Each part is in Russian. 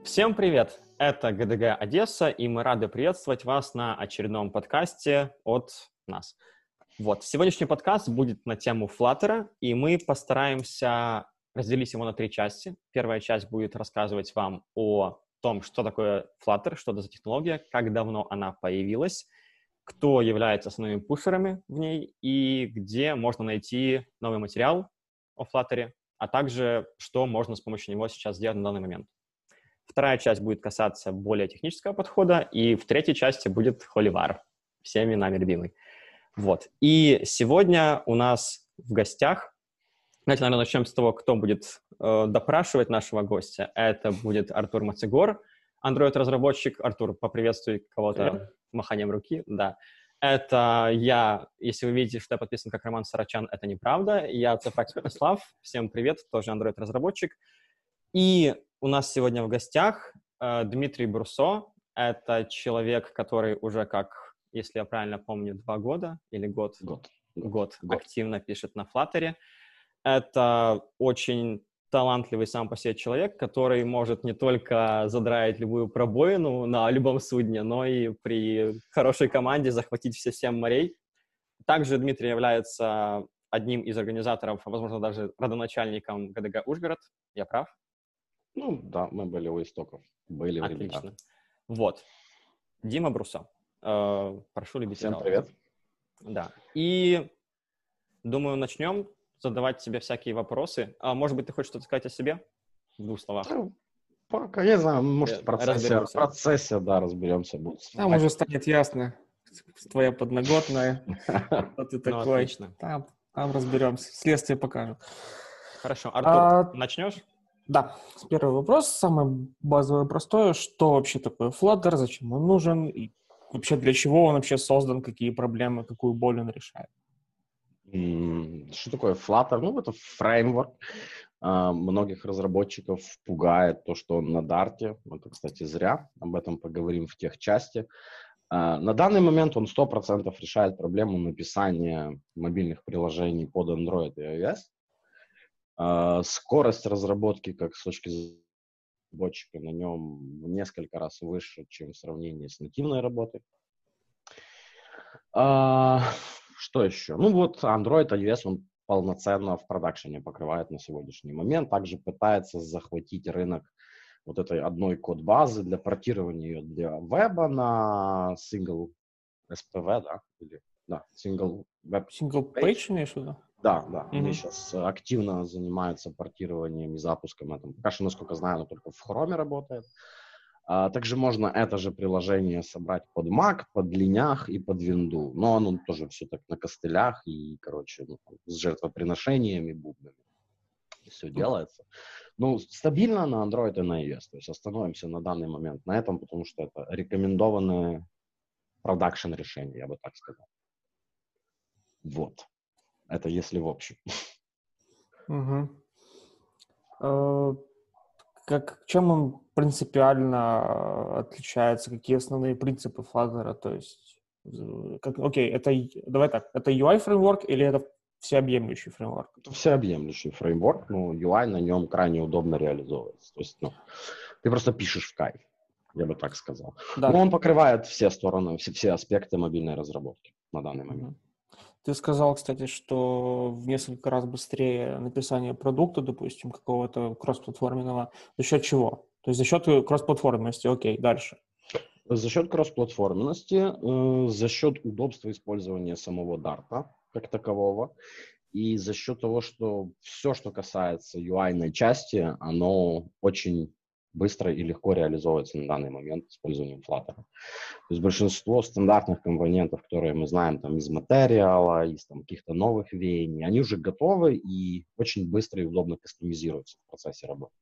Всем привет! Это ГДГ Одесса, и мы рады приветствовать вас на очередном подкасте от нас. Сегодняшний подкаст будет на тему Flutter, и мы постараемся разделить его на 3 части. Первая часть будет рассказывать вам о том, что такое Flutter, что это за технология, как давно она появилась, кто является основными пушерами в ней и где можно найти новый материал о Flutter, а также что можно с помощью него сейчас сделать на данный момент. Вторая часть будет касаться более технического подхода, и в третьей части будет холивар, всеми нами любимый. И сегодня у нас в гостях, давайте, наверное, начнем с того, кто будет допрашивать нашего гостя. Это будет Артур Мацигор, Android-разработчик. Артур, поприветствуй кого-то маханием руки. Да. Это я, если вы видите, что я подписан как Роман Сарачан, это неправда. Я Цефак Святослав, всем привет, тоже Android-разработчик. И у нас сегодня в гостях Дмитрий Брусо. Это человек, который уже, как, если я правильно помню, 2 года или год активно пишет на Flutter. Это очень талантливый сам по себе человек, который может не только задраить любую пробоину на любом судне, но и при хорошей команде захватить все 7 морей. Также Дмитрий является одним из организаторов, а возможно даже родоначальником ГДГ Ужгород. Я прав? Ну, да, мы были у истоков. Отлично. Дима Брусо. Прошу любить. Всем привет. Да. И, думаю, начнем задавать тебе всякие вопросы. Может быть, ты хочешь что-то сказать о себе? В 2 словах. Пока, я знаю, может, в процессе, да, разберемся. Там уже станет ясно, твоя подноготная, кто ты такой. Отлично. Там разберемся, следствие покажет. Хорошо. Артур, начнешь? Да, первый вопрос, самое базовое, простое. Что вообще такое Flutter, зачем он нужен, и вообще для чего он вообще создан, какие проблемы, какую боль он решает? Что такое Flutter? Ну, это фреймворк. Многих разработчиков пугает то, что он на Dart. Это, кстати, зря. Об этом поговорим в техчасти. На данный момент он 100% решает проблему написания мобильных приложений под Android и iOS. Скорость разработки, как с точки зрения разработчика, на нем в несколько раз выше, чем в сравнении с нативной работой. Что еще? Ну вот Android, iOS, он полноценно в продакшене покрывает на сегодняшний момент. Также пытается захватить рынок вот этой одной код-базы для портирования ее для веба на single SPV, да? Или, да, single web Single page, имеешь в виду? Да. Они сейчас активно занимаются портированием и запуском этого. Пока что, насколько знаю, оно только в Chrome работает. Также можно это же приложение собрать под Mac, под Linux и под Windows. Но оно тоже все так на костылях и, короче, с жертвоприношениями, бубнами. Все делается. Ну, стабильно на Android и на iOS. То есть остановимся на данный момент на этом, потому что это рекомендованное продакшн решение, я бы так сказал. Вот. Это если в общем. Чем он принципиально отличается? Какие основные принципы Flutter? То есть, это UI-фреймворк или это всеобъемлющий фреймворк? Это всеобъемлющий фреймворк, но UI на нем крайне удобно реализовывается. То есть, ты просто пишешь в кайф, я бы так сказал. Да. Но он покрывает все стороны, все аспекты мобильной разработки на данный момент. Ты сказал, кстати, что в несколько раз быстрее написание продукта, допустим, какого-то кроссплатформенного. За счет чего? То есть за счет кроссплатформенности. Окей, дальше. За счет кроссплатформенности, за счет удобства использования самого Dart как такового, и за счет того, что все, что касается UI-ной части, оно очень быстро и легко реализовывается на данный момент с использованием Flutter. То есть большинство стандартных компонентов, которые мы знаем там из материала, из там, каких-то новых веяний, они уже готовы и очень быстро и удобно кастомизируются в процессе работы.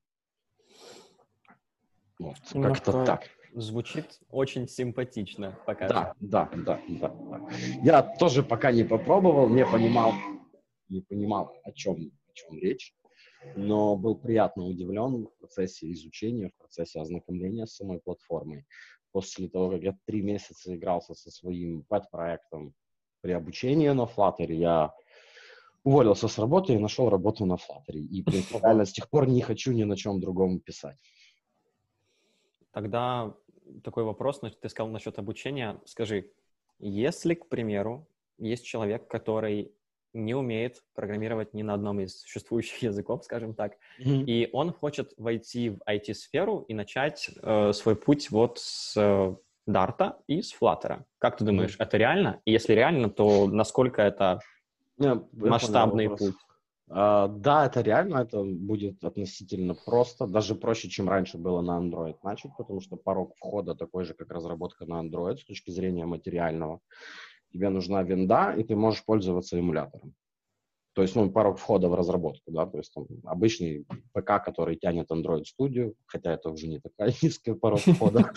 Вот, как-то так. Звучит очень симпатично пока. Да. Я тоже пока не попробовал, не понимал, о чем речь. Но был приятно удивлен в процессе изучения, в процессе ознакомления с самой платформой. После того, как я 3 месяца игрался со своим пэт-проектом при обучении на Flutter, я уволился с работы и нашел работу на Flutter. И принципиально с тех пор не хочу ни на чем другом писать. Тогда такой вопрос, ты сказал насчет обучения. Скажи, если, к примеру, есть человек, который не умеет программировать ни на одном из существующих языков, скажем так, и он хочет войти в IT-сферу и начать свой путь вот с Dart и с Flutter. Как ты думаешь, это реально? И если реально, то насколько это масштабный путь? Да, это реально, это будет относительно просто, даже проще, чем раньше было на Android начать, потому что порог входа такой же, как разработка на Android с точки зрения материального. Тебе нужна винда, и ты можешь пользоваться эмулятором. То есть, порог входа в разработку, да, то есть там обычный ПК, который тянет Android Studio, хотя это уже не такая низкая порог входа.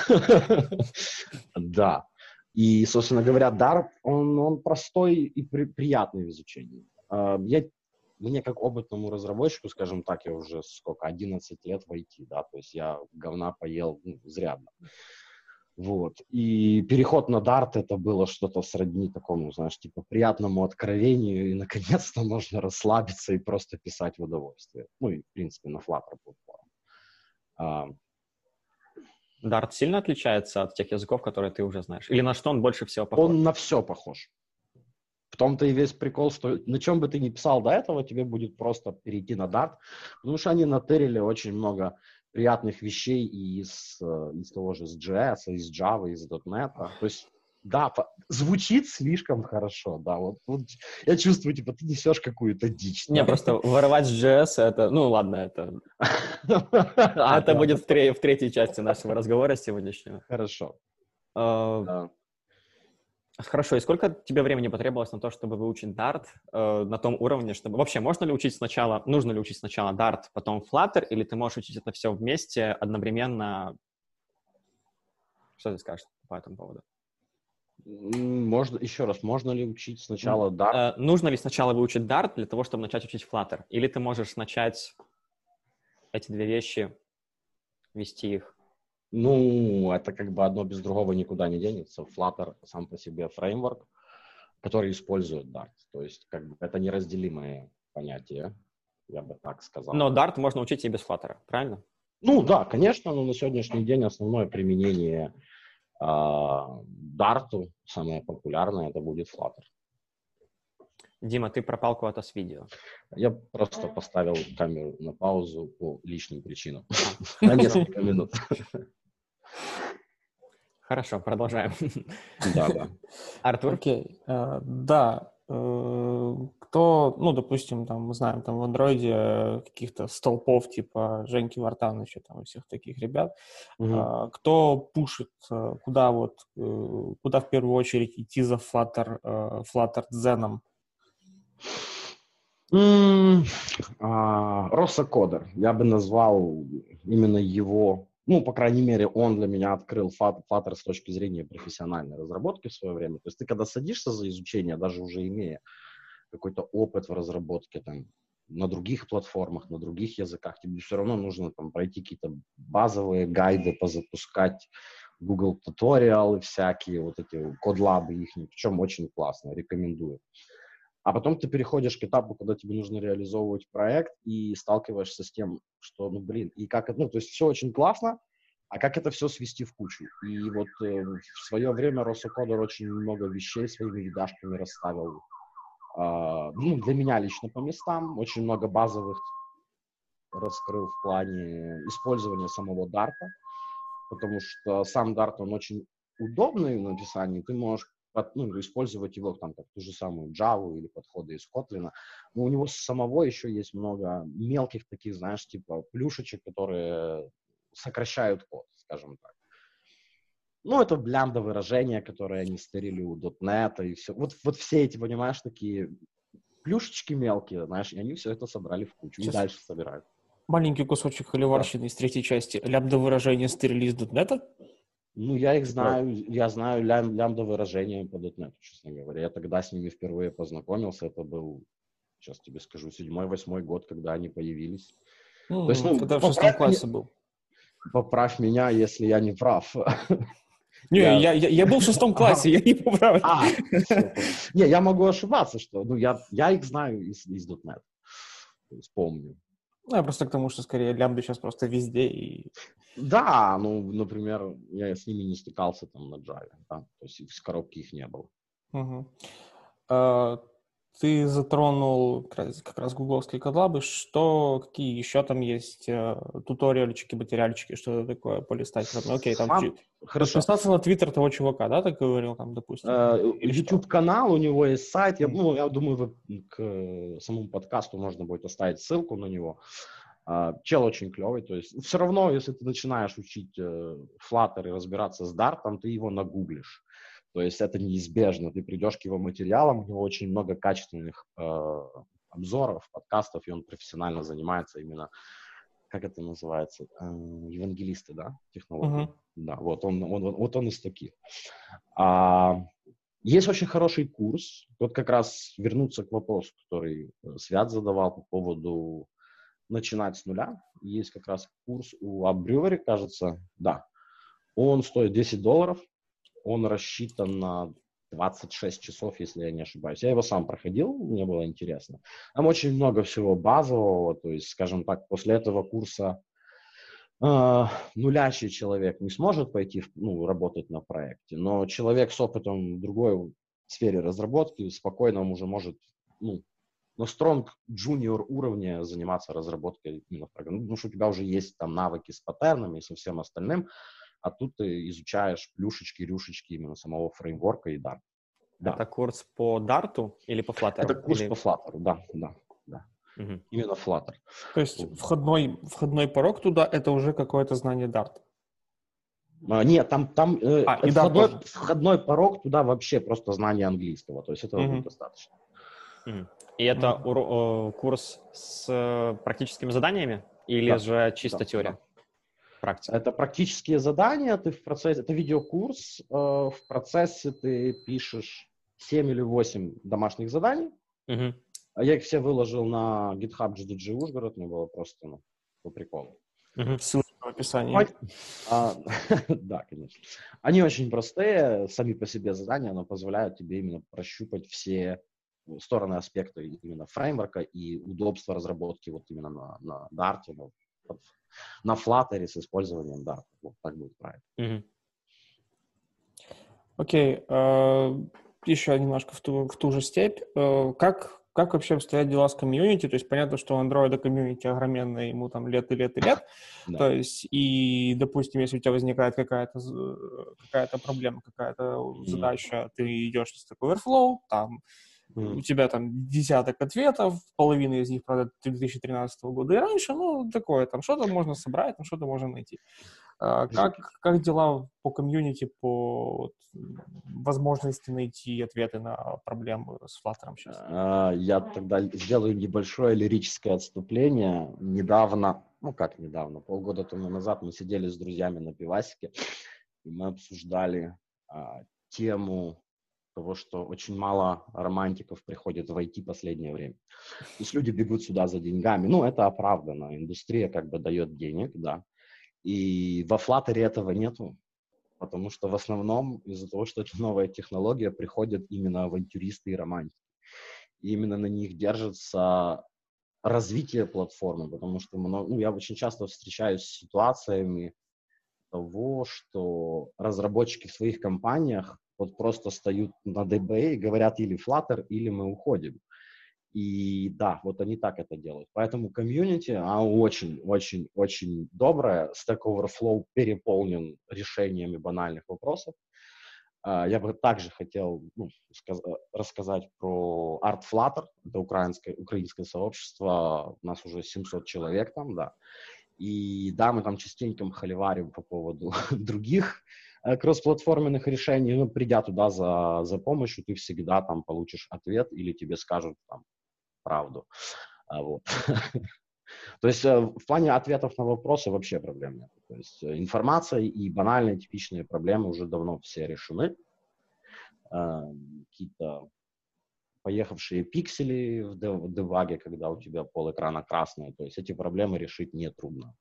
Да. И, собственно говоря, Dart, он простой и приятный в изучении. Мне как опытному разработчику, скажем так, я уже 11 лет в IT, да, то есть я говна поел изрядно. Вот. И переход на Dart это было что-то сродни такому, знаешь, типа приятному откровению, и наконец-то можно расслабиться и просто писать в удовольствие. И, в принципе, на Flutter платформе. Dart сильно отличается от тех языков, которые ты уже знаешь? Или на что он больше всего похож? Он на все похож. В том-то и весь прикол, что на чем бы ты ни писал до этого, тебе будет просто перейти на Dart, потому что они натырили очень много приятных вещей из того же JS, из Java, из .NET. То есть, да, звучит слишком хорошо, да, вот я чувствую, типа, ты несешь какую-то дичь. Не, просто воровать с JS, это, ладно, это... Это будет в третьей части нашего разговора сегодняшнего. Хорошо. Хорошо, и сколько тебе времени потребовалось на то, чтобы выучить Dart на том уровне, чтобы... Вообще, нужно ли учить сначала Dart, потом Flutter, или ты можешь учить это все вместе, одновременно? Что ты скажешь по этому поводу? Можно ли учить сначала Dart? Нужно ли сначала выучить Dart для того, чтобы начать учить Flutter? Или ты можешь начать эти две вещи, вести их? Это как бы одно без другого никуда не денется. Flutter сам по себе фреймворк, который использует Dart. То есть как бы это неразделимые понятия, я бы так сказал. Но Dart можно учить и без Flutter, правильно? Да, конечно, но на сегодняшний день основное применение Dart, самое популярное, это будет Flutter. Дима, ты пропал куда-то с видео. Я просто поставил камеру на паузу по личным причинам. На несколько минут. Хорошо, продолжаем. Да. Артур? Окей. Да. Кто, допустим, там, мы знаем, там в андроиде каких-то столпов типа Женьки Вартановича, там, и всех таких ребят, кто пушит, куда в первую очередь идти за Flutter Zen? Росокодер. Я бы назвал именно его, по крайней мере, он для меня открыл Flutter с точки зрения профессиональной разработки в свое время. То есть ты когда садишься за изучение, даже уже имея какой-то опыт в разработке там, на других платформах, на других языках, тебе все равно нужно там пройти какие-то базовые гайды, позапускать Google туториалы всякие, вот эти кодлабы их, причем очень классно, рекомендую. А потом ты переходишь к этапу, когда тебе нужно реализовывать проект и сталкиваешься с тем, что, и как это, то есть все очень классно, а как это все свести в кучу? И вот в свое время Росокодер очень много вещей своими видашками расставил. Для меня лично по местам, очень много базовых раскрыл в плане использования самого Дарта, потому что сам Dart, он очень удобный в написании, ты можешь использовать его там как ту же самую Java или подходы из Kotlin, но у него самого еще есть много мелких таких, знаешь, типа плюшечек, которые сокращают код, скажем так. Это лямбда выражения, которые они стырили у .NET и все. Вот все эти, понимаешь, такие плюшечки мелкие, знаешь, и они все это собрали в кучу и дальше собирают. Маленький кусочек холиварщины из третьей части. Лямбда выражения стырили из .NET? Я их знаю, я знаю лямбда выражения по .NET, честно говоря. Я тогда с ними впервые познакомился, это был, сейчас тебе скажу, 7-8 год, когда они появились. То есть, когда в 6 классе был. Поправь меня, если я не прав. Не, я был в 6 классе, я не поправлю. Я могу ошибаться, что, я их знаю из .NET, то есть помню. Ну, я просто к тому, что скорее лямбды сейчас просто везде. И... Да, ну, например, я с ними не стыкался там на Java, да, то есть в коробке их не было. Угу. Ты затронул как раз гугловские кодлабы. Какие еще там есть туториальчики, материальчики, что такое полистать? Окей, там Хорошо. подписаться на твиттер того чувака, да, так говорил, там, допустим? YouTube-канал, у него есть сайт. Я думаю, к самому подкасту можно будет оставить ссылку на него. Чел очень клевый. То есть все равно, если ты начинаешь учить Flutter и разбираться с Dart, ты его нагуглишь. То есть это неизбежно. Ты придешь к его материалам, у него очень много качественных обзоров, подкастов, и он профессионально занимается именно, как это называется, евангелисты, да, технологии. Да, вот он из таких. Есть очень хороший курс. Вот как раз вернуться к вопросу, который Свят задавал по поводу начинать с нуля. Есть как раз курс у AppBrewery, кажется, да. Он стоит $10. Он рассчитан на 26 часов, если я не ошибаюсь. Я его сам проходил, мне было интересно. Там очень много всего базового, то есть, скажем так, после этого курса нулящий человек не сможет пойти работать на проекте, но человек с опытом в другой сфере разработки спокойно уже может на strong junior уровне заниматься разработкой именно программ. Потому что у тебя уже есть там навыки с паттернами и со всем остальным, а тут ты изучаешь плюшечки-рюшечки именно самого фреймворка и Dart. Да. Это курс по Dart или по Flutter? Это курс по Flutter, да. Угу. Именно Flutter. То есть входной порог туда — это уже какое-то знание Dart? Нет, там входной порог туда вообще просто знание английского, то есть этого будет достаточно. И это курс с практическими заданиями или же чисто теория? Да. Практика? Это практические задания, ты в процессе, это видеокурс, в процессе ты пишешь 7 или 8 домашних заданий. Я их все выложил на GitHub GDG Ужгород, мне было просто по приколу. Ссылка в описании. Да, конечно. Они очень простые, сами по себе задания, но позволяют тебе именно прощупать все стороны, аспекты именно фреймворка и удобства разработки вот именно на Dart, на Flutter с использованием Dart. Вот так будет правильно. Окей. Еще немножко в ту же степь. Как вообще обстоят дела с комьюнити? То есть понятно, что у Android комьюнити огроменное, ему там лет. Да. То есть, и, допустим, если у тебя возникает какая-то проблема, какая-то задача, ты идешь в Stack Overflow, там у тебя там десяток ответов, половина из них, правда, 2013 года и раньше, такое, там что-то можно собрать, там что-то можно найти. Как дела по комьюнити, по возможности найти ответы на проблемы с Flutter сейчас? Я тогда сделаю небольшое лирическое отступление. Недавно, полгода тому назад мы сидели с друзьями на пивасике, и мы обсуждали тему того, что очень мало романтиков приходит в IT в последнее время. То есть люди бегут сюда за деньгами. Это оправдано. Индустрия дает денег, да. И во Flutter этого нету, потому что в основном из-за того, что это новая технология, приходят именно авантюристы и романтики. И именно на них держится развитие платформы, потому что я очень часто встречаюсь с ситуациями того, что разработчики в своих компаниях просто встают на DB и говорят или Flutter, или мы уходим. И да, они так это делают. Поэтому комьюнити, очень-очень-очень доброе. Stack Overflow переполнен решениями банальных вопросов. Я бы также хотел рассказать про Art Flutter. Это украинское сообщество. У нас уже 700 человек там, да. И да, мы там частенько холиварим по поводу других кроссплатформенных решений. Но придя туда за помощью, ты всегда там получишь ответ или тебе скажут там правду. Вот. То есть в плане ответов на вопросы вообще проблем нет. То есть информация и банальные типичные проблемы уже давно все решены. Какие-то поехавшие пиксели в дебаге, когда у тебя полэкрана красный. То есть эти проблемы решить нетрудно.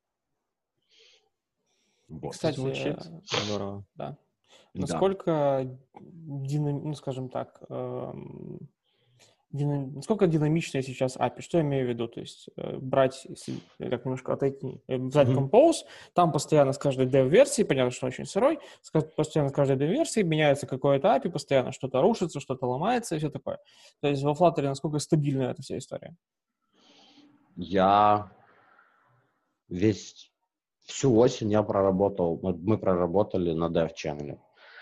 Вот. Кстати, звучит здорово. Да. Насколько, скажем так, насколько динамичная сейчас API? Что я имею в виду? То есть брать, как немножко отойти, взять Compose, там постоянно с каждой dev-версии, понятно, что он очень сырой, постоянно с каждой dev-версии меняется какое-то API, постоянно что-то рушится, что-то ломается и все такое. То есть во Flutter насколько стабильна эта вся история? Я всю осень мы проработали на dev-channel.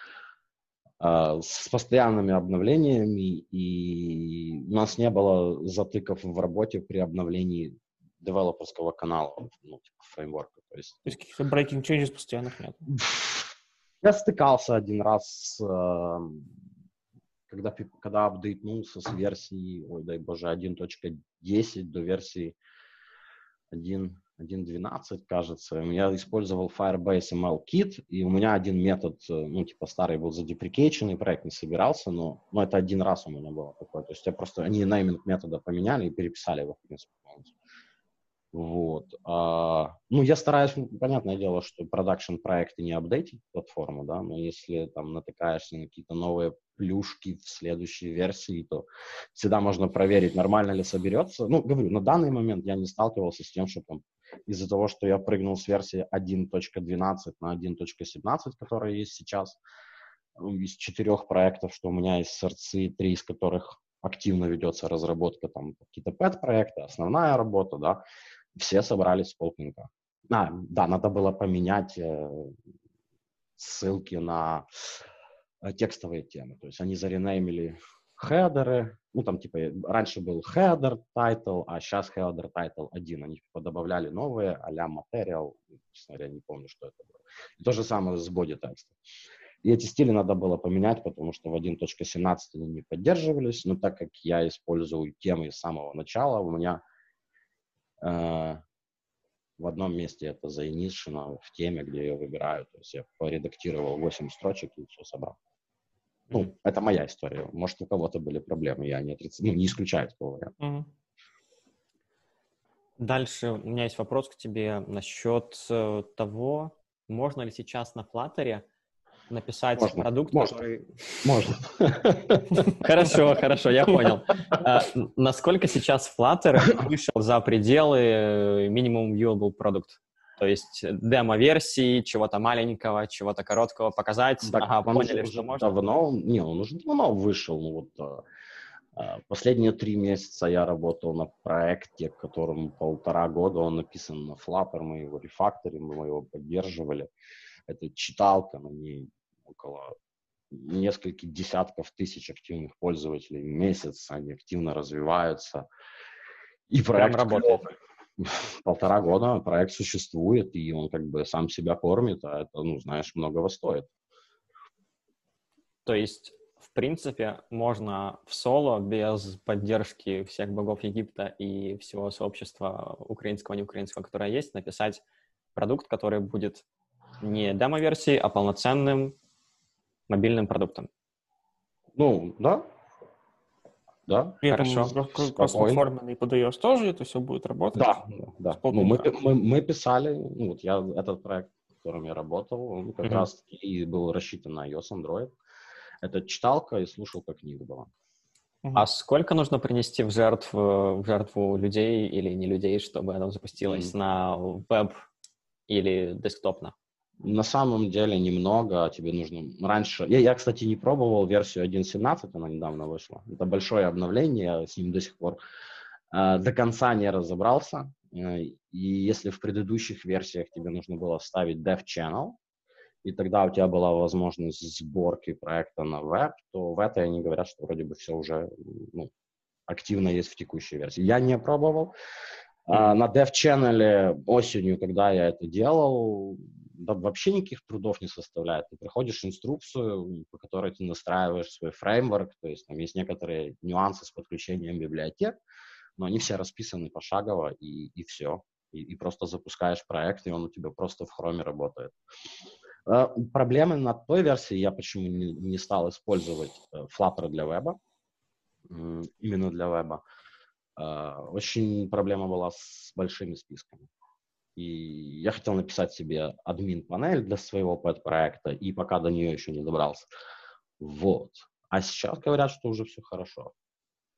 С постоянными обновлениями, и у нас не было затыков в работе при обновлении девелоперского канала, типа фреймворка. То есть каких-то breaking changes постоянных нет? Я стыкался один раз, когда апдейтнулся с версии, ой, дай боже, 1.10 до версии 1.12, кажется. Я использовал Firebase ML-Kit, и у меня один метод, старый был задеприкейченный, проект не собирался, но это один раз у меня было такое. То есть они нейминг метода поменяли и переписали его, в принципе, полностью. Вот. Я стараюсь, понятное дело, что продакшн-проекты не апдейтить платформу, да, но если там натыкаешься на какие-то новые плюшки в следующей версии, то всегда можно проверить, нормально ли соберется. Говорю, на данный момент я не сталкивался с тем, что там из-за того, что я прыгнул с версии 1.12 на 1.17, которая есть сейчас, из 4 проектов, что у меня есть сорцы, 3 из которых активно ведется разработка, там какие-то пэт-проекты, основная работа, да, все собрались с полпинка. Да, надо было поменять ссылки на текстовые темы. То есть они заренеймили хедеры. Раньше был header title, а сейчас header title 1. Они добавляли новые а-ля material. Честно говоря, не помню, что это было. И то же самое с body текстом. И эти стили надо было поменять, потому что в 1.17 они не поддерживались. Но так как я использую темы с самого начала, у меня в одном месте это заинишено в теме, где я выбираю. То есть я поредактировал 8 строчек и все собрал. Это моя история. Может, у кого-то были проблемы, я не исключаю такого варианта. Дальше у меня есть вопрос к тебе насчет того, можно ли сейчас на Flutter написать продукт, который... Можно. Хорошо, я понял. Насколько сейчас Flutter вышел за пределы минимум viewable продукт? То есть демо-версии, чего-то маленького, чего-то короткого показать. Поняли, что можно? Он уже давно вышел. Последние 3 месяца я работал на проекте, которому 1,5 года. Он написан на Flutter, мы его рефакторим, мы его поддерживали. Это читалка, на ней около нескольких десятков тысяч активных пользователей в месяц. Они активно развиваются. И проект работает. 1,5 года проект существует, и он сам себя кормит, а это, многого стоит. То есть, в принципе, можно в соло без поддержки всех богов Египта и всего сообщества украинского, неукраинского, которое есть, написать продукт, который будет не демо-версией, а полноценным мобильным продуктом. Да. Да. Хорошо. Кроссплатформенный подаешь тоже, это все будет работать? Да. Мы писали, этот проект, в котором я работал, он как раз и был рассчитан на iOS, Android. Это читалка и слушалка книг была. А сколько нужно принести в жертву людей или не людей, чтобы оно запустилось на веб или десктопно? На самом деле немного, тебе нужно раньше... Я, кстати, не пробовал версию 1.17, она недавно вышла. Это большое обновление, я с ним до сих пор до конца не разобрался. И если в предыдущих версиях тебе нужно было вставить Dev Channel, и тогда у тебя была возможность сборки проекта на веб, то в этой они говорят, что вроде бы все уже активно есть в текущей версии. Я не пробовал. На Dev Channel осенью, когда я это делал, вообще никаких трудов не составляет. Ты проходишь инструкцию, по которой ты настраиваешь свой фреймворк, то есть там есть некоторые нюансы с подключением библиотек, но они все расписаны пошагово, и все. И просто запускаешь проект, и он у тебя просто в Chrome работает. Проблемы на той версии, я почему не стал использовать Flutter для веба, именно для веба. Очень проблема была с большими списками. И я хотел написать себе админ-панель для своего пэт-проекта, и пока до нее еще не добрался. Вот. А сейчас говорят, что уже все хорошо.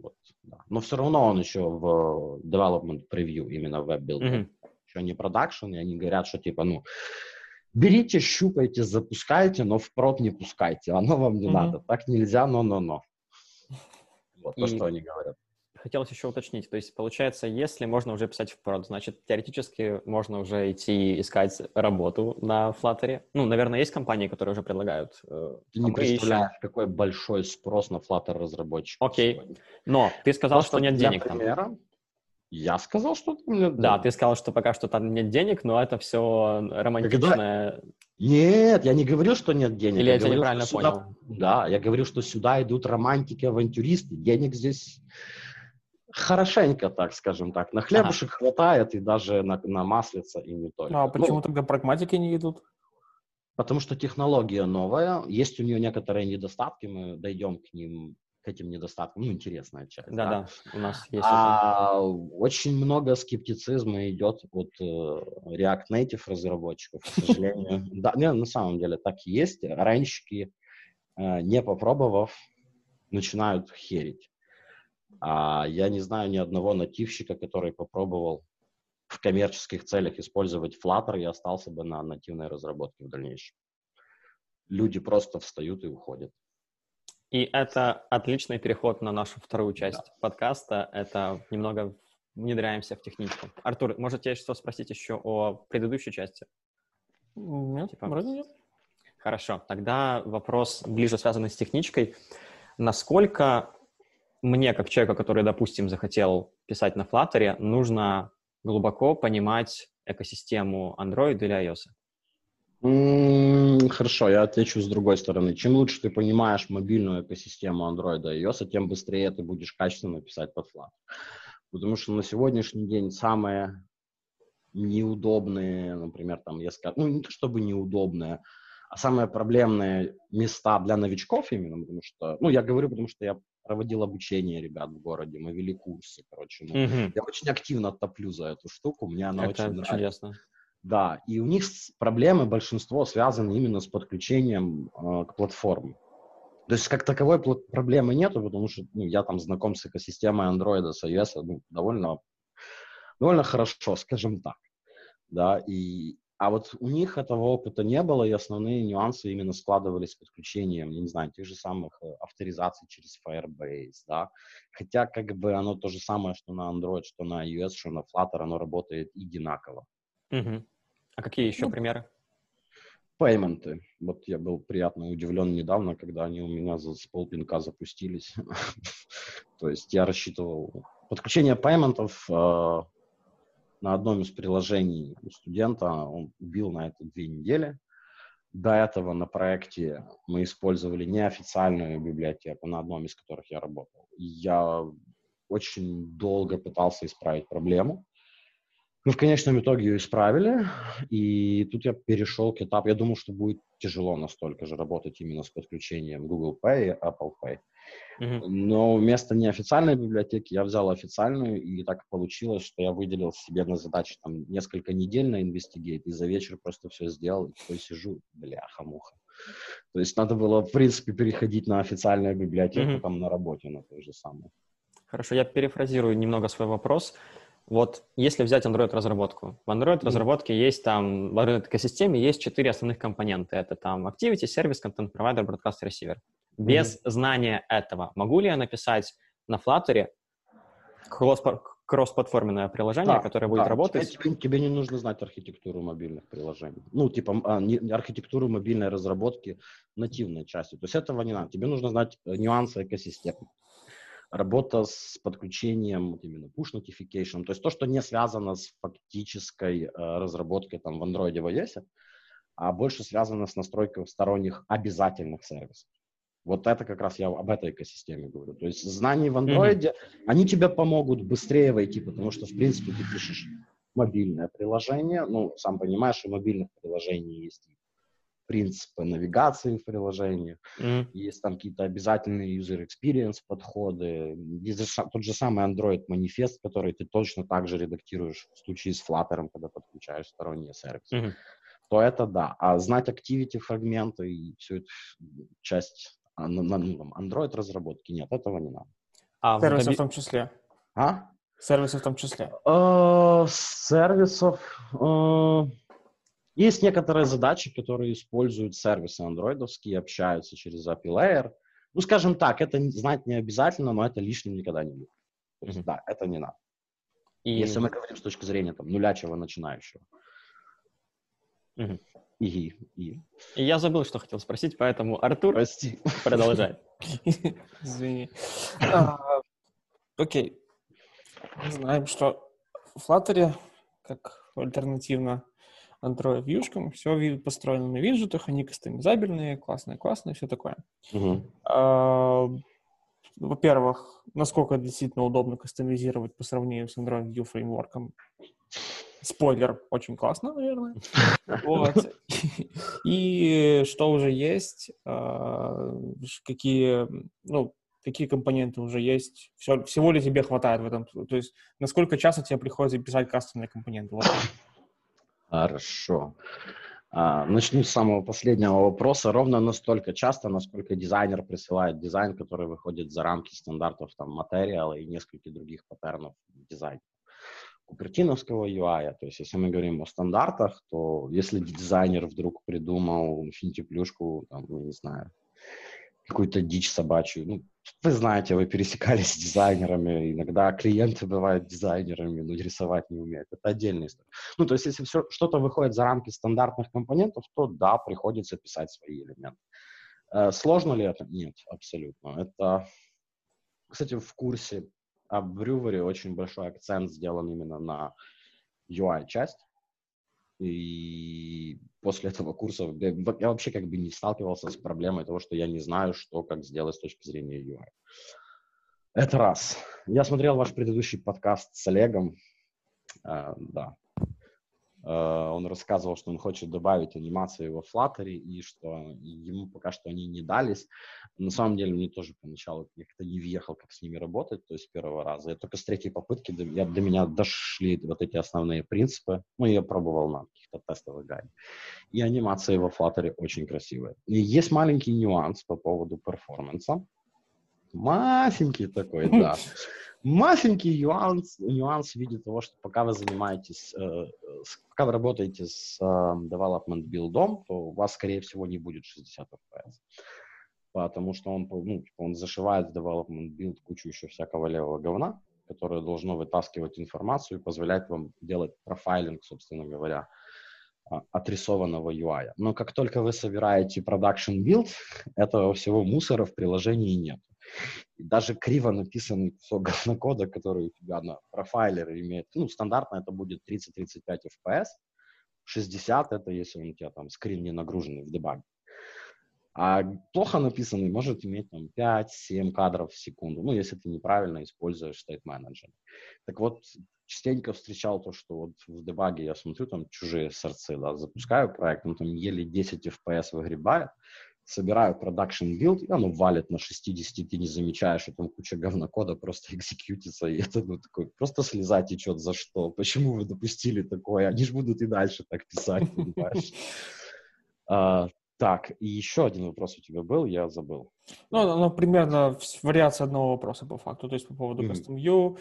Вот, да. Но все равно он еще в development preview, именно в веб-билде. Еще не продакшн, и они говорят, что типа, ну, берите, щупайте, запускайте, но в прод не пускайте. Оно вам не надо. Так нельзя, но. Вот то, что они говорят. Хотелось еще уточнить, то есть, получается, если можно уже писать в прод, значит, теоретически можно уже идти искать работу на Flutter. Ну, наверное, есть компании, которые уже предлагают. Ты не представляешь, какой большой спрос на Flutter разработчиков. Окей, сегодня. Но ты сказал, что нет денег примера, там. Я сказал, что там нет денег. Да, ты сказал, что пока что там нет денег, но это все романтичное. Нет, я не говорил, что нет денег. Или я тебя неправильно понял? Да, я говорю, что сюда идут романтики, авантюристы. Денег здесь хорошенько, так скажем так. На хлебушек хватает, и даже на маслица, и не только. А почему тогда прагматики не идут? Потому что технология новая, есть у нее некоторые недостатки, мы дойдем к этим недостаткам. Ну, интересная часть. Да, у нас есть. Очень много скептицизма идет от React Native разработчиков, к сожалению. Да, на самом деле так и есть. Раньщики, не попробовав, начинают херить. Я не знаю ни одного нативщика, который попробовал в коммерческих целях использовать Flutter и остался бы на нативной разработке в дальнейшем. Люди просто встают и уходят. И это отличный переход на нашу вторую часть подкаста. Это немного внедряемся в техничку. Артур, может, тебе что спросить еще о предыдущей части? Нет, вроде нет. Хорошо, тогда вопрос ближе связанный с техничкой. Насколько мне, как человеку, который, допустим, захотел писать на Flutter, нужно глубоко понимать экосистему Android или iOS? Хорошо, я отвечу с другой стороны. Чем лучше ты понимаешь мобильную экосистему Android и iOS, тем быстрее ты будешь качественно писать под Flutter. Потому что на сегодняшний день самые неудобные, например, там, я скажу, ну, не то чтобы неудобные, а самые проблемные места для новичков именно, потому что, ну, я говорю, потому что я проводил обучение ребят в городе, мы вели курсы, короче. Я очень активно топлю за эту штуку, мне она очень нравится. Чудесно. Да, и у них проблемы, большинство, связаны именно с подключением к платформе. То есть как таковой проблемы нету, потому что я там знаком с экосистемой Android, с iOS довольно хорошо, скажем так. Да, а вот у них этого опыта не было, и основные нюансы именно складывались с подключением, я не знаю, тех же самых авторизаций через Firebase, да. Хотя как бы оно то же самое, что на Android, что на iOS, что на Flutter, оно работает одинаково. А какие еще примеры? Пейменты. Вот я был приятно удивлен недавно, когда они у меня с полпинка запустились. То есть я рассчитывал подключение пейментов на одном из приложений у студента, он убил на это 2 недели. До этого на проекте мы использовали неофициальную библиотеку, на одном из которых я работал. Я очень долго пытался исправить проблему. В конечном итоге ее исправили, и тут я перешел к этапу, я думал, что будет тяжело настолько же работать именно с подключением Google Pay и Apple Pay. Но вместо неофициальной библиотеки я взял официальную, и так получилось, что я выделил себе на задачу там несколько недель на инвестигейт, и за вечер просто все сделал, и такой сижу, бляха-муха. То есть надо было, в принципе, переходить на официальную библиотеку там на работе, на той же самой. Хорошо, я перефразирую немного свой вопрос. Вот если взять Android-разработку, в Android-разработке есть там, в Android-экосистеме есть 4 основных компонента. Это там Activity, сервис, Content Provider, Broadcast, Receiver. Без знания этого могу ли я написать на Flutter кросс-платформенное приложение, которое будет работать? Тебе не нужно знать архитектуру мобильных приложений. Ну, типа архитектуру мобильной разработки нативной части. То есть этого не надо. Тебе нужно знать нюансы экосистемы. Работа с подключением именно push notification, то есть то, что не связано с фактической разработкой там в Android и в iOS, а больше связано с настройкой сторонних обязательных сервисов. Вот это как раз я об этой экосистеме говорю. То есть знания в Android, они тебе помогут быстрее войти, потому что, в принципе, ты пишешь мобильное приложение, ну, сам понимаешь, у мобильных приложений есть принципы навигации в приложениях, есть там какие-то обязательные user experience подходы, есть тот же самый Android манифест, который ты точно так же редактируешь в случае с Flutter, когда подключаешь сторонние сервисы. То это да. А знать activity фрагменты и всю эту часть Android разработки, нет, этого не надо. Сервисы в том числе. Сервисы в том числе. Сервисов... Есть некоторые задачи, которые используют сервисы андроидовские, общаются через API Layer. Ну, скажем так, это знать не обязательно, но это лишним никогда не будет. То есть, да, это не надо. Если мы говорим с точки зрения там, нулячего начинающего. И я забыл, что хотел спросить, поэтому Артур, прости, продолжай. Извини. Окей. Мы знаем, что в Flutter, как альтернативно Android-вьюшкам, все построено на виджетах, они кастомизабельные, классные, все такое. Во-первых, насколько действительно удобно кастомизировать по сравнению с Android View фреймворком. Спойлер, очень классно, наверное. Вот. И что уже есть, какие компоненты уже есть, всего ли тебе хватает в этом? То есть насколько часто тебе приходится писать кастомные компоненты? Вот. Хорошо. Начну с самого последнего вопроса. Ровно настолько часто, насколько дизайнер присылает дизайн, который выходит за рамки стандартов там, материала и нескольких других паттернов дизайна. Купертиновского UI, то есть если мы говорим о стандартах, то если дизайнер вдруг придумал финтиплюшку, там, я не знаю, какую-то дичь собачью, ну, вы знаете, вы пересекались с дизайнерами, иногда клиенты бывают дизайнерами, но рисовать не умеют, это отдельная история. Ну, то есть если что-то выходит за рамки стандартных компонентов, то да, приходится писать свои элементы. Сложно ли это? Нет, абсолютно. Это, кстати, в курсе об Brewery очень большой акцент сделан именно на UI-часть. И после этого курса я вообще как бы не сталкивался с проблемой того, что я не знаю, что, как сделать с точки зрения UI. Это раз. Я смотрел ваш предыдущий подкаст с Олегом. Да. Он рассказывал, что он хочет добавить анимации во Flutter, и что ему пока что они не дались. На самом деле, мне тоже поначалу я как-то не въехал, как с ними работать, то есть с первого раза. Я только с третьей попытки до меня дошли вот эти основные принципы. Ну, я пробовал на каких-то тестовых гайдах. И анимации во Flutter очень красивые. И есть маленький нюанс по поводу перформанса. Масенький такой, да. Масенький нюанс в виде того, что пока вы занимаетесь, пока вы работаете с development билдом, то у вас, скорее всего, не будет 60 FPS. Потому что он зашивает в development билд кучу еще всякого левого говна, которое должно вытаскивать информацию и позволять вам делать профайлинг, собственно говоря, отрисованного UI. Но как только вы собираете production build, этого всего мусора в приложении нет. И даже криво написанный кусок говнокода, который у тебя на профайлере имеет, стандартно это будет 30-35 FPS, 60 это если у тебя там скрин не нагруженный в дебаге. А плохо написанный может иметь там 5-7 кадров в секунду, если ты неправильно используешь State Manager. Так вот, частенько встречал то, что вот в дебаге я смотрю, там чужие сорцы, да, запускаю проект, он там еле 10 FPS выгребает, собираю production build, и оно валит на 60, ты не замечаешь, что там куча говнокода просто экзекьютится, и это такой, просто слеза течет, за что? Почему вы допустили такое? Они же будут и дальше так писать, понимаешь? Так, и еще один вопрос у тебя был, я забыл. Примерно вариация одного вопроса по факту, то есть по поводу Custom View,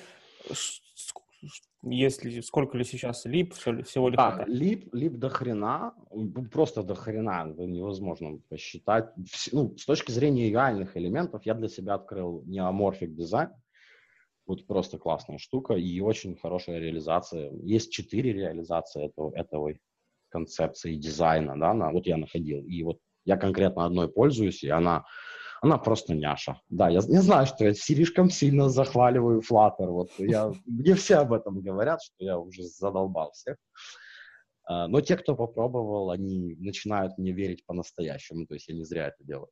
сколько ли сейчас лип, всего ли хватает? Лип до хрена, просто до хрена, невозможно посчитать. С точки зрения UI-ных элементов я для себя открыл неоморфик дизайн, вот просто классная штука и очень хорошая реализация. Есть 4 реализации этого концепции дизайна, да, вот я находил, и вот я конкретно одной пользуюсь, и она просто няша. Да, я знаю, что я слишком сильно захваливаю Flutter, вот мне все об этом говорят, что я уже задолбал всех, но те, кто попробовал, они начинают мне верить по-настоящему, то есть я не зря это делаю.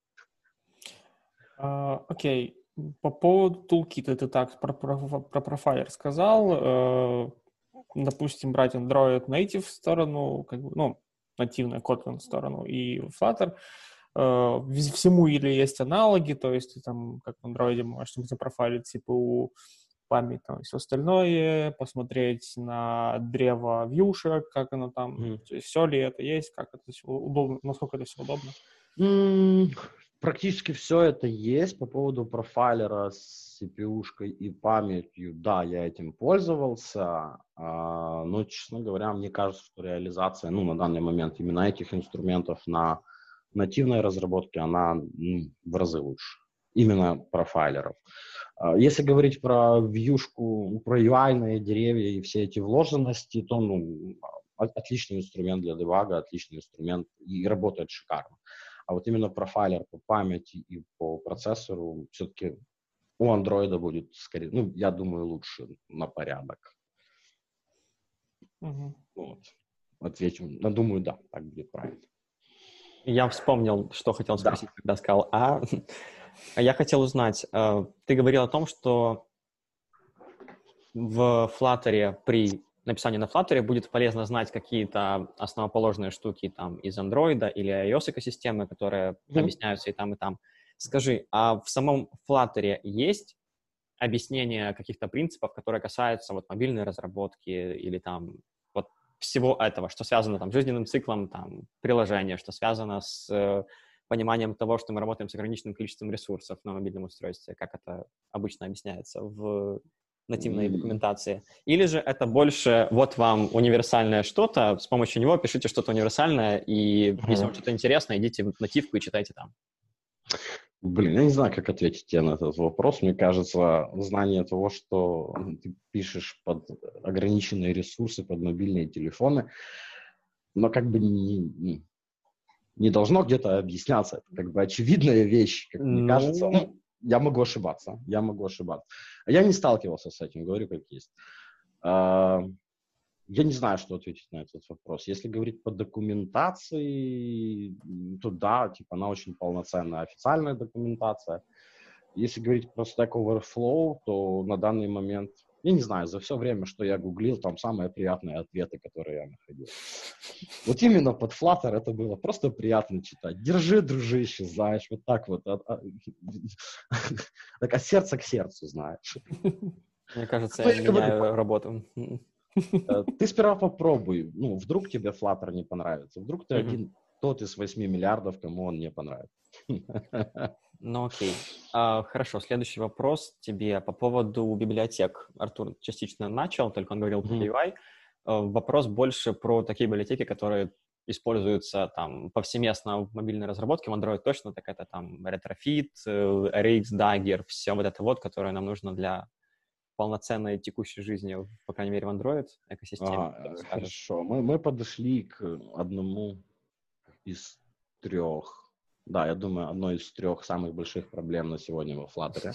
Окей, по поводу тулкита ты так про профайлер сказал, допустим, брать Android Native сторону, нативную Kotlin сторону и Flutter, всему или есть аналоги, то есть ты там, как в Android, можешь запрофайлить CPU, память, там, и все остальное, посмотреть на древо вьюшек, как оно там, то есть все ли это есть, как это все удобно, насколько это все удобно. Практически все это есть. По поводу профайлера CPU-шкой и памятью, да, я этим пользовался, но, честно говоря, мне кажется, что реализация, на данный момент именно этих инструментов на нативной разработке, она в разы лучше. Именно профайлеров. Если говорить про вьюшку, про UI-ные деревья и все эти вложенности, то, отличный инструмент для дебага, отличный инструмент и работает шикарно. А вот именно профайлер по памяти и по процессору все-таки у андроида будет скорее, я думаю, лучше на порядок. Вот. Отвечу, думаю, да, так будет правильно. Я вспомнил, что хотел спросить, когда сказал я хотел узнать, ты говорил о том, что в Flutter при написании на Flutter будет полезно знать какие-то основоположные штуки там из Android или iOS экосистемы, которые объясняются и там, и там. Скажи, а в самом Flutter есть объяснение каких-то принципов, которые касаются вот мобильной разработки или там вот всего этого, что связано там с жизненным циклом там приложения, что связано с пониманием того, что мы работаем с ограниченным количеством ресурсов на мобильном устройстве, как это обычно объясняется в нативной документации. Или же это больше вот вам универсальное что-то, с помощью него пишите что-то универсальное, и если вам что-то интересно, идите в нативку и читайте там. Блин, я не знаю, как ответить тебе на этот вопрос. Мне кажется, знание того, что ты пишешь под ограниченные ресурсы, под мобильные телефоны, но как бы не должно где-то объясняться. Это как бы очевидная вещь, как мне кажется. Я могу ошибаться. Я не сталкивался с этим, говорю как есть. Я не знаю, что ответить на этот вопрос. Если говорить по документации, то да, она очень полноценная официальная документация. Если говорить про Stack Overflow, то на данный момент, я не знаю, за все время, что я гуглил, там самые приятные ответы, которые я находил. Вот именно под Flutter это было просто приятно читать. Держи, дружище, знаешь, вот так вот. Так от сердца к сердцу, знаешь. Мне кажется, я меняю работу. Ты сперва попробуй. Вдруг тебе Flutter не понравится. Вдруг ты один тот из 8 миллиардов, кому он не понравится. Окей. Хорошо, следующий вопрос тебе по поводу библиотек. Артур частично начал, только он говорил про UI. Вопрос больше про такие библиотеки, которые используются там повсеместно в мобильной разработке, в Android точно, так это там Retrofit, RX, Dagger, все вот это вот, которое нам нужно для полноценной текущей жизни, по крайней мере, в Android экосистеме. Хорошо. Мы подошли к одному из 3. Да, я думаю, одной из 3 самых больших проблем на сегодня во Flutter.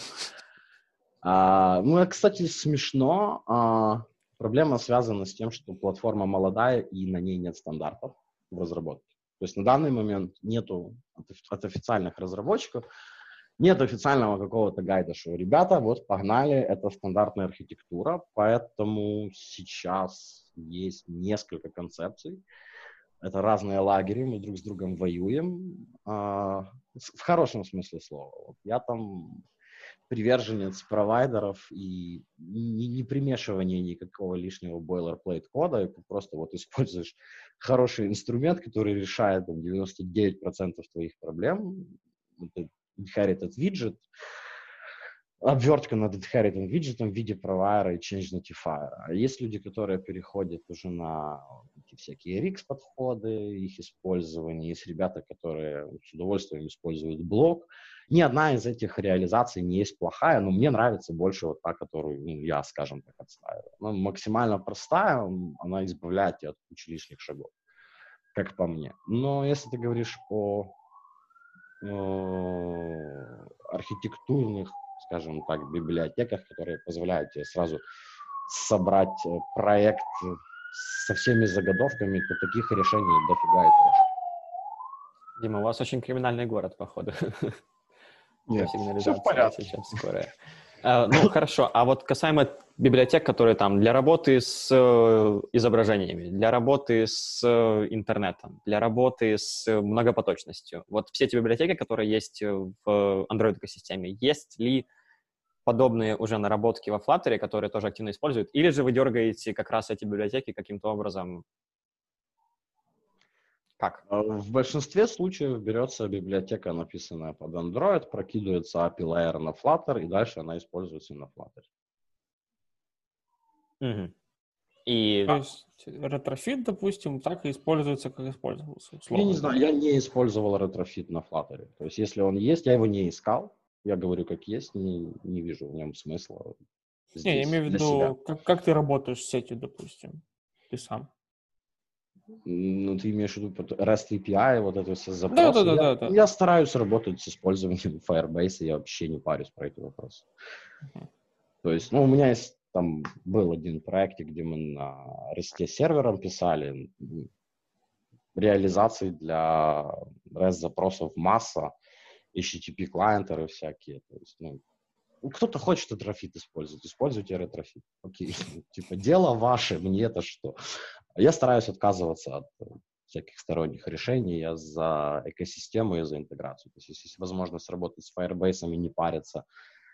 Кстати, смешно. Проблема связана с тем, что платформа молодая и на ней нет стандартов в разработке. То есть на данный момент нету от официальных разработчиков, нет официального какого-то гайда, что ребята, вот погнали, это стандартная архитектура, поэтому сейчас есть несколько концепций. Это разные лагеря, мы друг с другом воюем, в хорошем смысле слова. Вот я там приверженец провайдеров и не примешивания никакого лишнего boilerplate кода, и ты просто вот используешь хороший инструмент, который решает 99% твоих проблем. Это inherited widget, обвертка над inherited виджетом в виде провайдера и change notifier. А есть люди, которые переходят уже на эти всякие RX-подходы, их использование. Есть ребята, которые с удовольствием используют блок. Ни одна из этих реализаций не есть плохая, но мне нравится больше вот та, которую я, скажем так, отстаиваю. Она максимально простая, она избавляет тебя от кучи лишних шагов, как по мне. Но если ты говоришь о архитектурных, скажем так, библиотеках, которые позволяют тебе сразу собрать проект со всеми заготовками, то таких решений дофига и тоже. Дима, у вас очень криминальный город, походу. Нет, все в порядке. Сейчас скорая. Хорошо. А вот касаемо библиотек, которые там для работы с изображениями, для работы с интернетом, для работы с многопоточностью. Вот все эти библиотеки, которые есть в Android-экосистеме, есть ли подобные уже наработки во Flutter, которые тоже активно используют? Или же вы дергаете как раз эти библиотеки каким-то образом Как? В большинстве случаев берется библиотека, написанная под Android, прокидывается API layer на Flutter, и дальше она используется на Flutter. Угу. И... То есть ретрофит, допустим, так и используется, как использовался. Я не Условно, знаю, да? я не использовал ретрофит на Flutter. То есть если он есть, я его не искал. Я говорю, как есть, не вижу в нем смысла Не, я здесь имею в для себя. виду, как ты работаешь с сетью, допустим, ты сам. Ну, ты имеешь в виду REST API, вот это все Да, да, запросы. да, Я, да, да. я стараюсь работать с использованием Firebase, и я вообще не парюсь про эти вопросы. То есть, ну, у меня есть, там был один проектик, где мы на REST сервером писали реализации для REST-запросов масса, HTTP-клиентеры всякие. То есть, ну, кто-то хочет ретрофит использовать, используйте ретрофит. Окей, типа, дело ваше, мне это что? Я стараюсь отказываться от всяких сторонних решений, я за экосистему и за интеграцию. То есть, если есть возможность работать с Firebase и не париться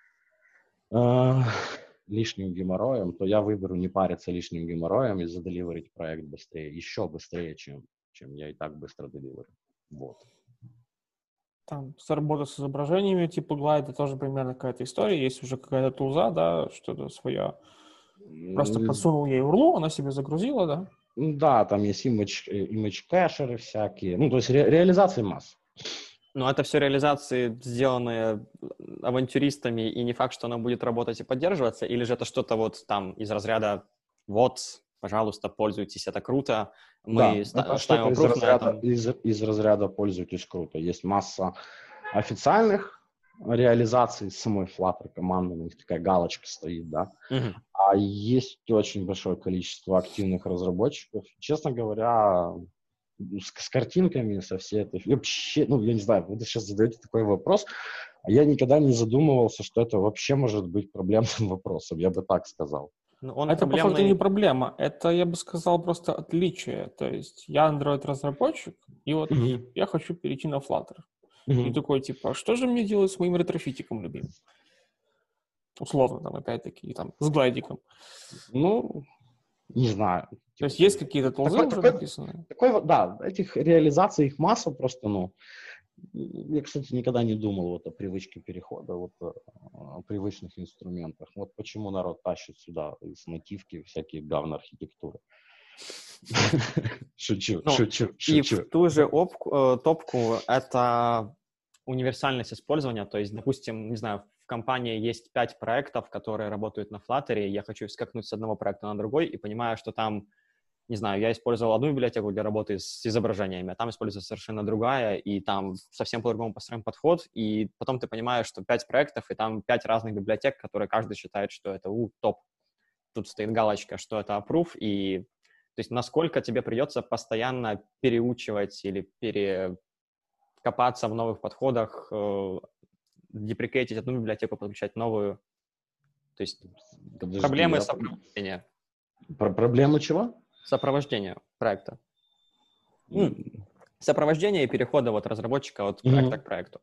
лишним геморроем, то я выберу не париться лишним геморроем и заделиверить проект быстрее, еще быстрее, чем я и так быстро деливерю. Вот. Там работа с изображениями типа Glide, тоже примерно какая-то история. Есть уже какая-то тулза, да, что-то свое. Просто подсунул ей URL, она себе загрузила, да? Да, там есть image кэшеры всякие. Ну, то есть реализации масс. Ну, это все реализации, сделанные авантюристами, и не факт, что она будет работать и поддерживаться, или же это что-то вот там из разряда «вот, пожалуйста, пользуйтесь, это круто, мы Да, это ставим что-то approve на этом». из разряда «пользуйтесь круто». Есть масса официальных реализаций с самой Flutter команды, у них такая галочка стоит, да. Мгм. А есть очень большое количество активных разработчиков. Честно говоря, с картинками, со всей этой... Вообще, ну, я не знаю, вы сейчас задаете такой вопрос, а я никогда не задумывался, что это вообще может быть проблемным вопросом, я бы так сказал. Ну, он Это по факту не проблемный... проблема, это, я бы сказал, просто отличие. То есть я Android-разработчик, и вот я хочу перейти на Flutter. И такой, типа, а что же мне делать с моим ретрофитиком любимым? Условно, там, опять-таки, там, с глайдиком. Ну, не знаю. То есть есть какие-то тулзы уже написанные? Да, этих реализаций, их масса просто, ну, я, кстати, никогда не думал вот о привычке перехода, вот о привычных инструментах. Вот почему народ тащит сюда из нативки всякие говно-архитектуры. Шучу. И в ту же топку это универсальность использования, то есть, допустим, не знаю, в компании есть 5 проектов, которые работают на Flutter, и я хочу скакнуть с одного проекта на другой, и понимаю, что там, не знаю, я использовал одну библиотеку для работы с изображениями, а там используется совершенно другая, и там совсем по-другому построен подход, и потом ты понимаешь, что 5 проектов, и там 5 разных библиотек, которые каждый считает, что это топ. Тут стоит галочка, что это approve, и то есть насколько тебе придется постоянно переучивать или копаться в новых подходах, деприкейтить одну библиотеку, подключать новую. То есть проблемы сопровождения. Проблемы чего? Сопровождения проекта. Сопровождение и перехода вот разработчика от проекта к проекту.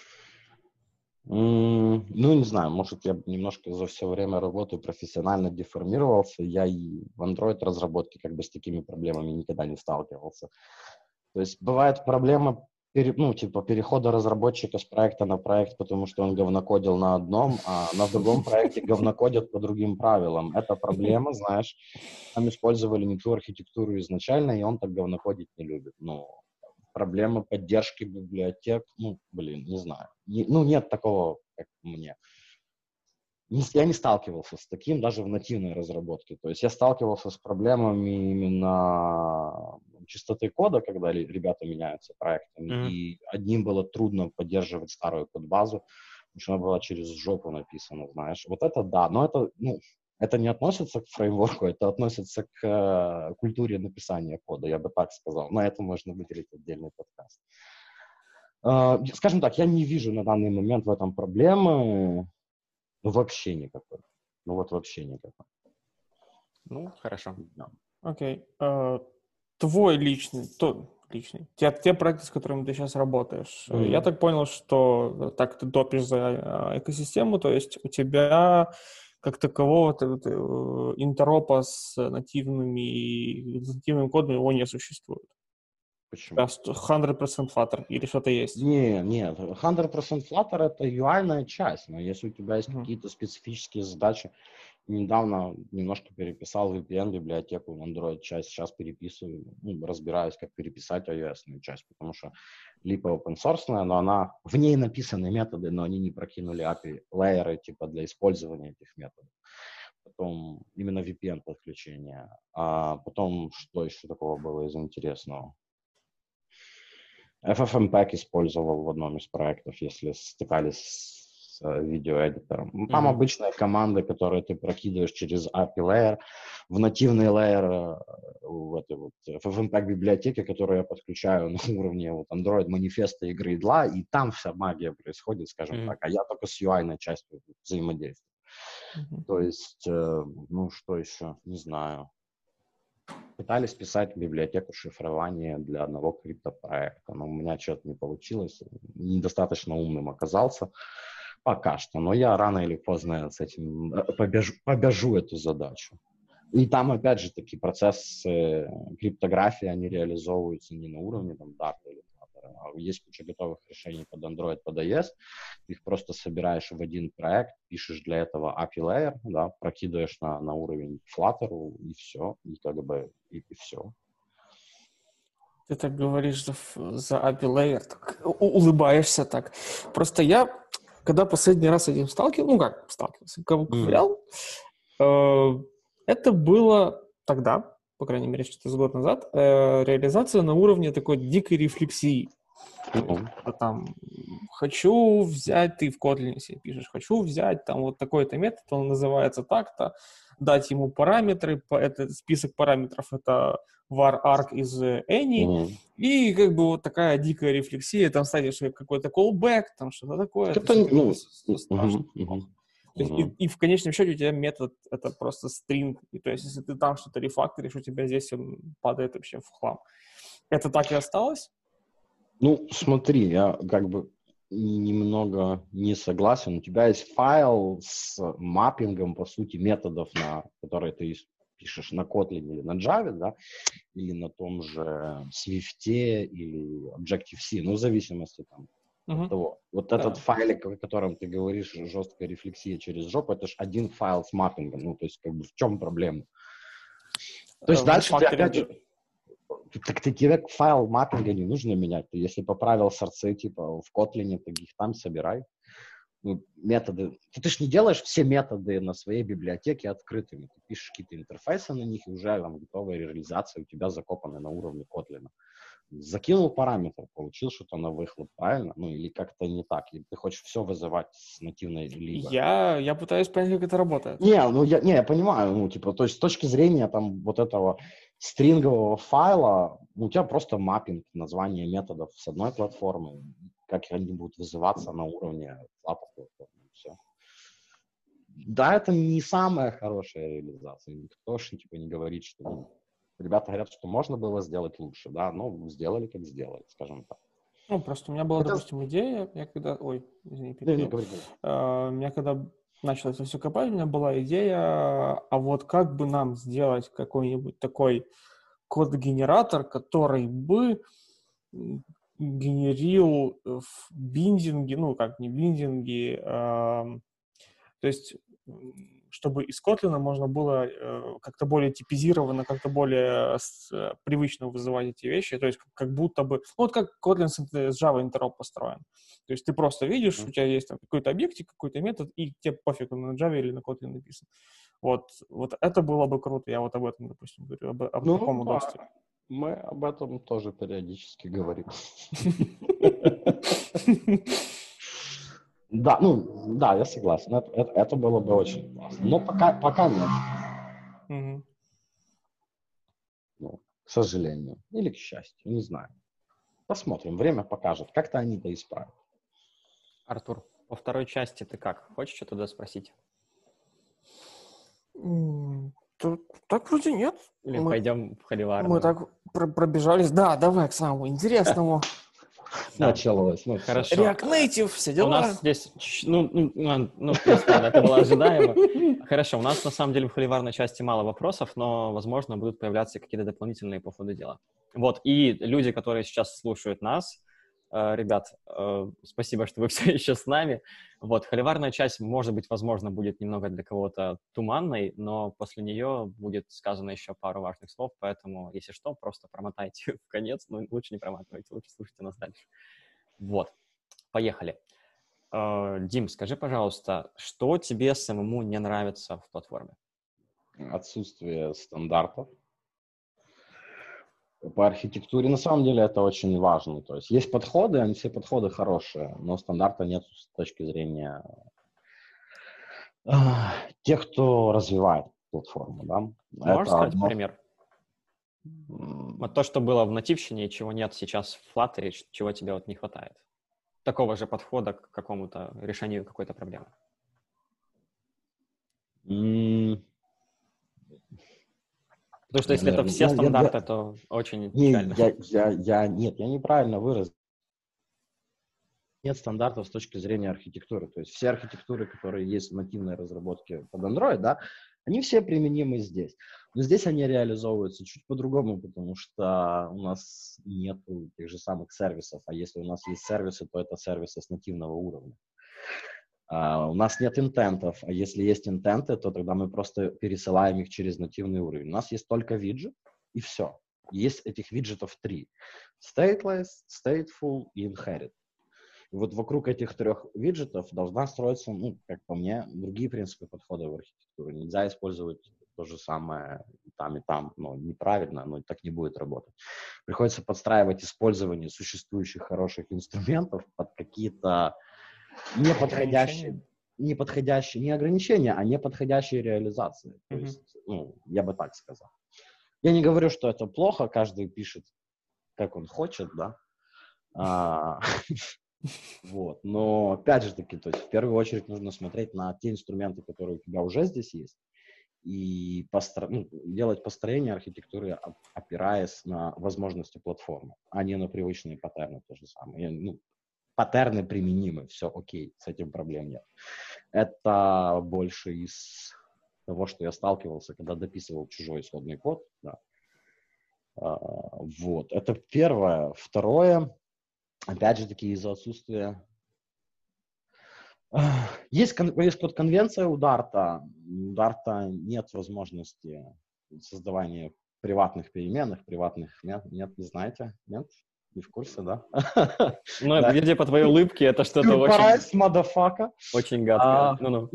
Ну, не знаю, может, я немножко за все время работы профессионально деформировался. Я и в Android-разработке как бы с такими проблемами никогда не сталкивался. То есть бывает проблема перехода разработчика с проекта на проект, потому что он говнокодил на одном, а на другом проекте говнокодят по другим правилам. Это проблема, знаешь. Там использовали не ту архитектуру изначально, и он так говнокодить не любит. Ну, проблема поддержки библиотек, не знаю. Нет такого, как мне. Я не сталкивался с таким даже в нативной разработке. То есть я сталкивался с проблемами именно чистоты кода, когда ребята меняются проектами, и одним было трудно поддерживать старую кодбазу, потому что она была через жопу написана, знаешь. Вот это да, но это не относится к фреймворку, это относится к культуре написания кода, я бы так сказал. На это можно выделить отдельный подкаст. Скажем так, я не вижу на данный момент в этом проблемы. Вообще никакой. Вообще никакой. Ну, хорошо. Окей. Твой личный, те проекты, с которыми ты сейчас работаешь, я так понял, что так ты топишь за экосистему, то есть у тебя как такового интеропа с нативным кодом его не существует. Почему? 100% Flutter или что-то есть? Нет, 100% Flutter — это UI-ная часть, но если у тебя есть какие-то специфические задачи, недавно немножко переписал VPN-библиотеку в Android-часть, сейчас переписываю, разбираюсь, как переписать iOS-ную часть, потому что липа open-source, но в ней написаны методы, но они не прокинули API-лейеры типа для использования этих методов. Потом именно VPN-подключение. А потом, что еще такого было из интересного? FFmpeg использовал в одном из проектов, если стыкались с видеоэдитором. Там обычные команды, которые ты прокидываешь через API layer в нативный layer в этой вот FFmpeg библиотеке, которую я подключаю на уровне вот Android манифеста игры IDLA, и там вся магия происходит, скажем так, а я только с UI-ной частью взаимодействую. То есть, что еще, не знаю. Пытались писать библиотеку шифрования для одного криптопроекта, но у меня что-то не получилось, недостаточно умным оказался пока что, но я рано или поздно с этим побежу эту задачу. И там, опять же, таки процессы криптографии, они реализовываются не на уровне там Dart или Flutter, а есть куча готовых решений под Android, под iOS, их просто собираешь в один проект, пишешь для этого API layer, да, прокидываешь на уровень Flutter, и все, и как бы, и все. Ты так говоришь за API layer, так, улыбаешься так. Просто я, когда последний раз с этим сталкивался, ковырял, это было тогда, по крайней мере, что-то с год назад, реализация на уровне такой дикой рефлексии. Там, хочу взять, ты в Kotlin себе пишешь, хочу взять там вот такой-то метод, он называется так-то, дать ему параметры, этот список параметров это var arg из any, и как бы вот такая дикая рефлексия, там ставишь какой-то callback, там что-то такое. И в конечном счете у тебя метод это просто string, и то есть если ты там что-то рефакторишь, у тебя здесь он падает вообще в хлам. Это так и осталось? Ну, смотри, я как бы немного не согласен. У тебя есть файл с маппингом, по сути, методов, которые ты пишешь на Kotlin или на Java, да, или на том же Swift или Objective-C, ну, в зависимости там от того. Вот этот файлик, о котором ты говоришь, жесткая рефлексия через жопу, это же один файл с маппингом. Ну, то есть, как бы, в чем проблема? То есть, дальше ты опять же... Так тебе файл маппинга не нужно менять. Ты, если поправил сорцы, типа, в Kotlin, ты их там собирай. Ну, методы. Ты ж не делаешь все методы на своей библиотеке открытыми. Ты пишешь какие-то интерфейсы на них, и уже там готовая реализация у тебя закопана на уровне Kotlin. Закинул параметр, получил что-то на выхлоп, правильно? Ну, или как-то не так. Или ты хочешь все вызывать с нативной либо. Я пытаюсь понять, как это работает. Я понимаю, ну, типа, то есть с точки зрения там вот этого стрингового файла, у тебя просто маппинг названия методов с одной платформы, как они будут вызываться на уровне Flutter платформы, все. Да, это не самая хорошая реализация. Никто же типа не говорит, что ребята говорят, что можно было сделать лучше, да, но сделали, как сделали, скажем так. Ну, просто у меня была, допустим, идея, я когда... Ой, извини, перебил. У меня когда начал это все копать, у меня была идея, а вот как бы нам сделать какой-нибудь такой код-генератор, который бы генерил в биндинги, ну, как не биндинги, то есть чтобы из Kotlin можно было как-то более типизированно, как-то более привычно вызывать эти вещи, то есть как будто бы, ну, вот как Kotlin с Java интероп построен. То есть ты просто видишь, у тебя есть там какой-то объектик, какой-то метод, и тебе пофиг, он на Java или на Kotlin написан. Вот это было бы круто, я вот об этом, допустим, говорю, об таком удобстве. Мы об этом тоже периодически говорим. Да, я согласен. Это было бы очень классно. Но пока нет. Ну, к сожалению. Или к счастью, не знаю. Посмотрим, время покажет. Как-то они это исправят. Артур, по второй части ты как? Хочешь что-то спросить? Так вроде нет. Или пойдем в холивар? Мы так пробежались. Да, давай к самому интересному. Началось. Хорошо. React Native, все дела. У нас здесь, в принципе, это было ожидаемо. Хорошо, у нас на самом деле в холиварной части мало вопросов, но, возможно, будут появляться какие-то дополнительные по ходу дела. Вот, и люди, которые сейчас слушают нас, ребят, спасибо, что вы все еще с нами. Вот, холиварная часть, может быть, возможно, будет немного для кого-то туманной, но после нее будет сказано еще пару важных слов, поэтому, если что, просто промотайте в конец, но лучше не проматывайте, лучше слушайте нас дальше. Вот, поехали. Дим, скажи, пожалуйста, что тебе самому не нравится в платформе? Отсутствие стандартов. По архитектуре, на самом деле, это очень важно. То есть есть подходы, они все подходы хорошие, но стандарта нет с точки зрения тех, кто развивает платформу. Да? Можешь Это сказать пример? Вот то, что было в нативщине, чего нет сейчас в Flutter, чего тебе вот не хватает. Такого же подхода к какому-то решению какой-то проблемы. Потому что если это все стандарты, то очень печально. Нет, я неправильно выразил. Нет стандартов с точки зрения архитектуры. То есть все архитектуры, которые есть в нативной разработке под Android, да, они все применимы здесь. Но здесь они реализовываются чуть по-другому, потому что у нас нет тех же самых сервисов. А если у нас есть сервисы, то это сервисы с нативного уровня. У нас нет интентов, а если есть интенты, то тогда мы просто пересылаем их через нативный уровень. У нас есть только виджет, и все. Есть этих виджетов 3. Stateless, stateful и inherit. И вот вокруг этих 3 виджетов должна строиться, ну, как по мне, другие принципы подхода в архитектуру. Нельзя использовать то же самое и там, но неправильно, но так не будет работать. Приходится подстраивать использование существующих хороших инструментов под какие-то неподходящие, не ограничения, а неподходящие реализации. То есть, я бы так сказал. Я не говорю, что это плохо, каждый пишет, как он хочет, да. Вот. Но, опять же таки, то есть, в первую очередь нужно смотреть на те инструменты, которые у тебя уже здесь есть, и делать построение архитектуры, опираясь на возможности платформы, а не на привычные паттерны, то же самое. Паттерны применимы, все окей, с этим проблем нет. Это больше из того, что я сталкивался, когда дописывал чужой исходный код. Да. Вот, это первое. Второе, опять же таки, из-за отсутствия... Есть код-конвенция у Дарта. У Дарта нет возможности создавания приватных переменных, приватных... Нет, не знаете? Нет? Не в курсе, да? Ну, видя по твоей улыбке, это что-то очень гадкое.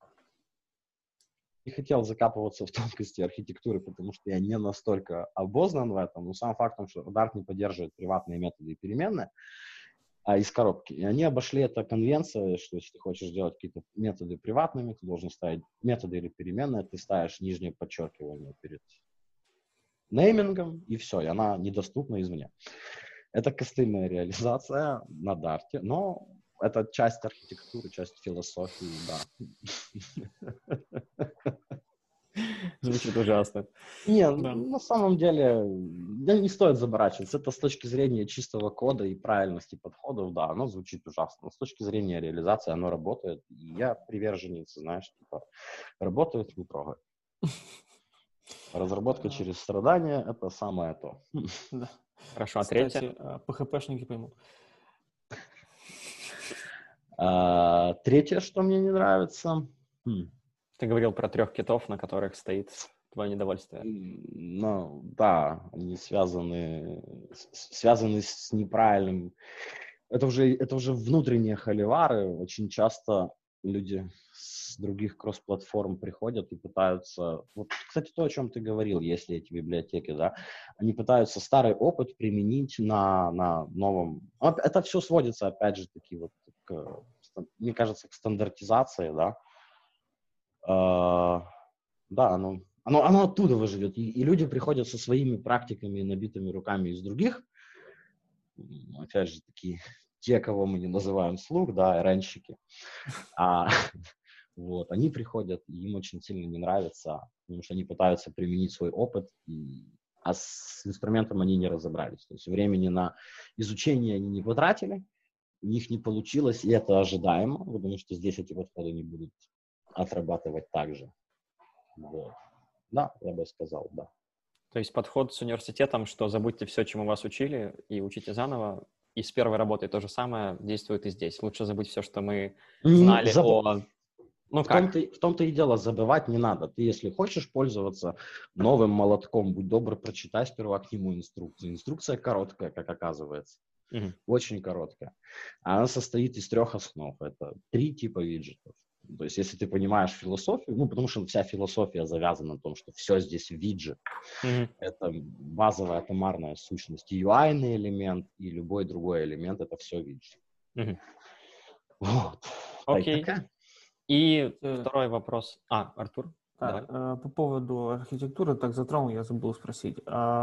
Не хотел закапываться в тонкости архитектуры, потому что я не настолько обознан в этом, но сам факт, что Dart не поддерживает приватные методы и переменные из коробки. И они обошли эту конвенцию, что если ты хочешь делать какие-то методы приватными, ты должен ставить методы или переменные, ты ставишь нижнее подчеркивание перед неймингом, и все, и она недоступна извне. Это костыльная реализация на Dart, но это часть архитектуры, часть философии, да. Звучит ужасно. Нет, на самом деле, не стоит заморачиваться. Это с точки зрения чистого кода и правильности подходов, да, оно звучит ужасно. Но с точки зрения реализации оно работает. И я приверженец, знаешь, работает, не трогай. Разработка через страдания — это самое то. Да. Хорошо, а третье? Кстати, ПХПшники поймут. Третье, что мне не нравится... Ты говорил про 3 китов, на которых стоит твое недовольствие. Ну, да, они связаны с неправильным... Это уже внутренние холивары. Очень часто люди с других кросс-платформ приходят и пытаются... Вот, кстати, то, о чем ты говорил, если эти библиотеки, да, они пытаются старый опыт применить на новом... Это все сводится, опять же, таки, вот мне кажется, к стандартизации, да. Да, оно оттуда выживет. И люди приходят со своими практиками, набитыми руками из других. Опять же, такие, те, кого мы не называем слуг, да, ранщики. Вот, они приходят, и им очень сильно не нравится, потому что они пытаются применить свой опыт, а с инструментом они не разобрались. То есть времени на изучение они не потратили, у них не получилось, и это ожидаемо, потому что здесь эти подходы не будут отрабатывать так же. Вот. Да, я бы сказал, да. То есть подход с университетом, что забудьте все, чему вас учили, и учите заново, и с первой работой то же самое действует и здесь. Лучше забыть все, что мы знали о... Ну как? В том-то и дело, забывать не надо. Ты, если хочешь пользоваться новым молотком, будь добр, прочитай сперва к нему инструкцию. Инструкция короткая, как оказывается. Очень короткая. Она состоит из 3 основ. Это 3 типа виджетов. То есть, если ты понимаешь философию, ну, потому что вся философия завязана на том, что все здесь виджет. Это базовая атомарная сущность. И UI-ный элемент, и любой другой элемент, это все виджет. Вот. Окей. И второй вопрос. Артур? По поводу архитектуры, так затронул, я забыл спросить.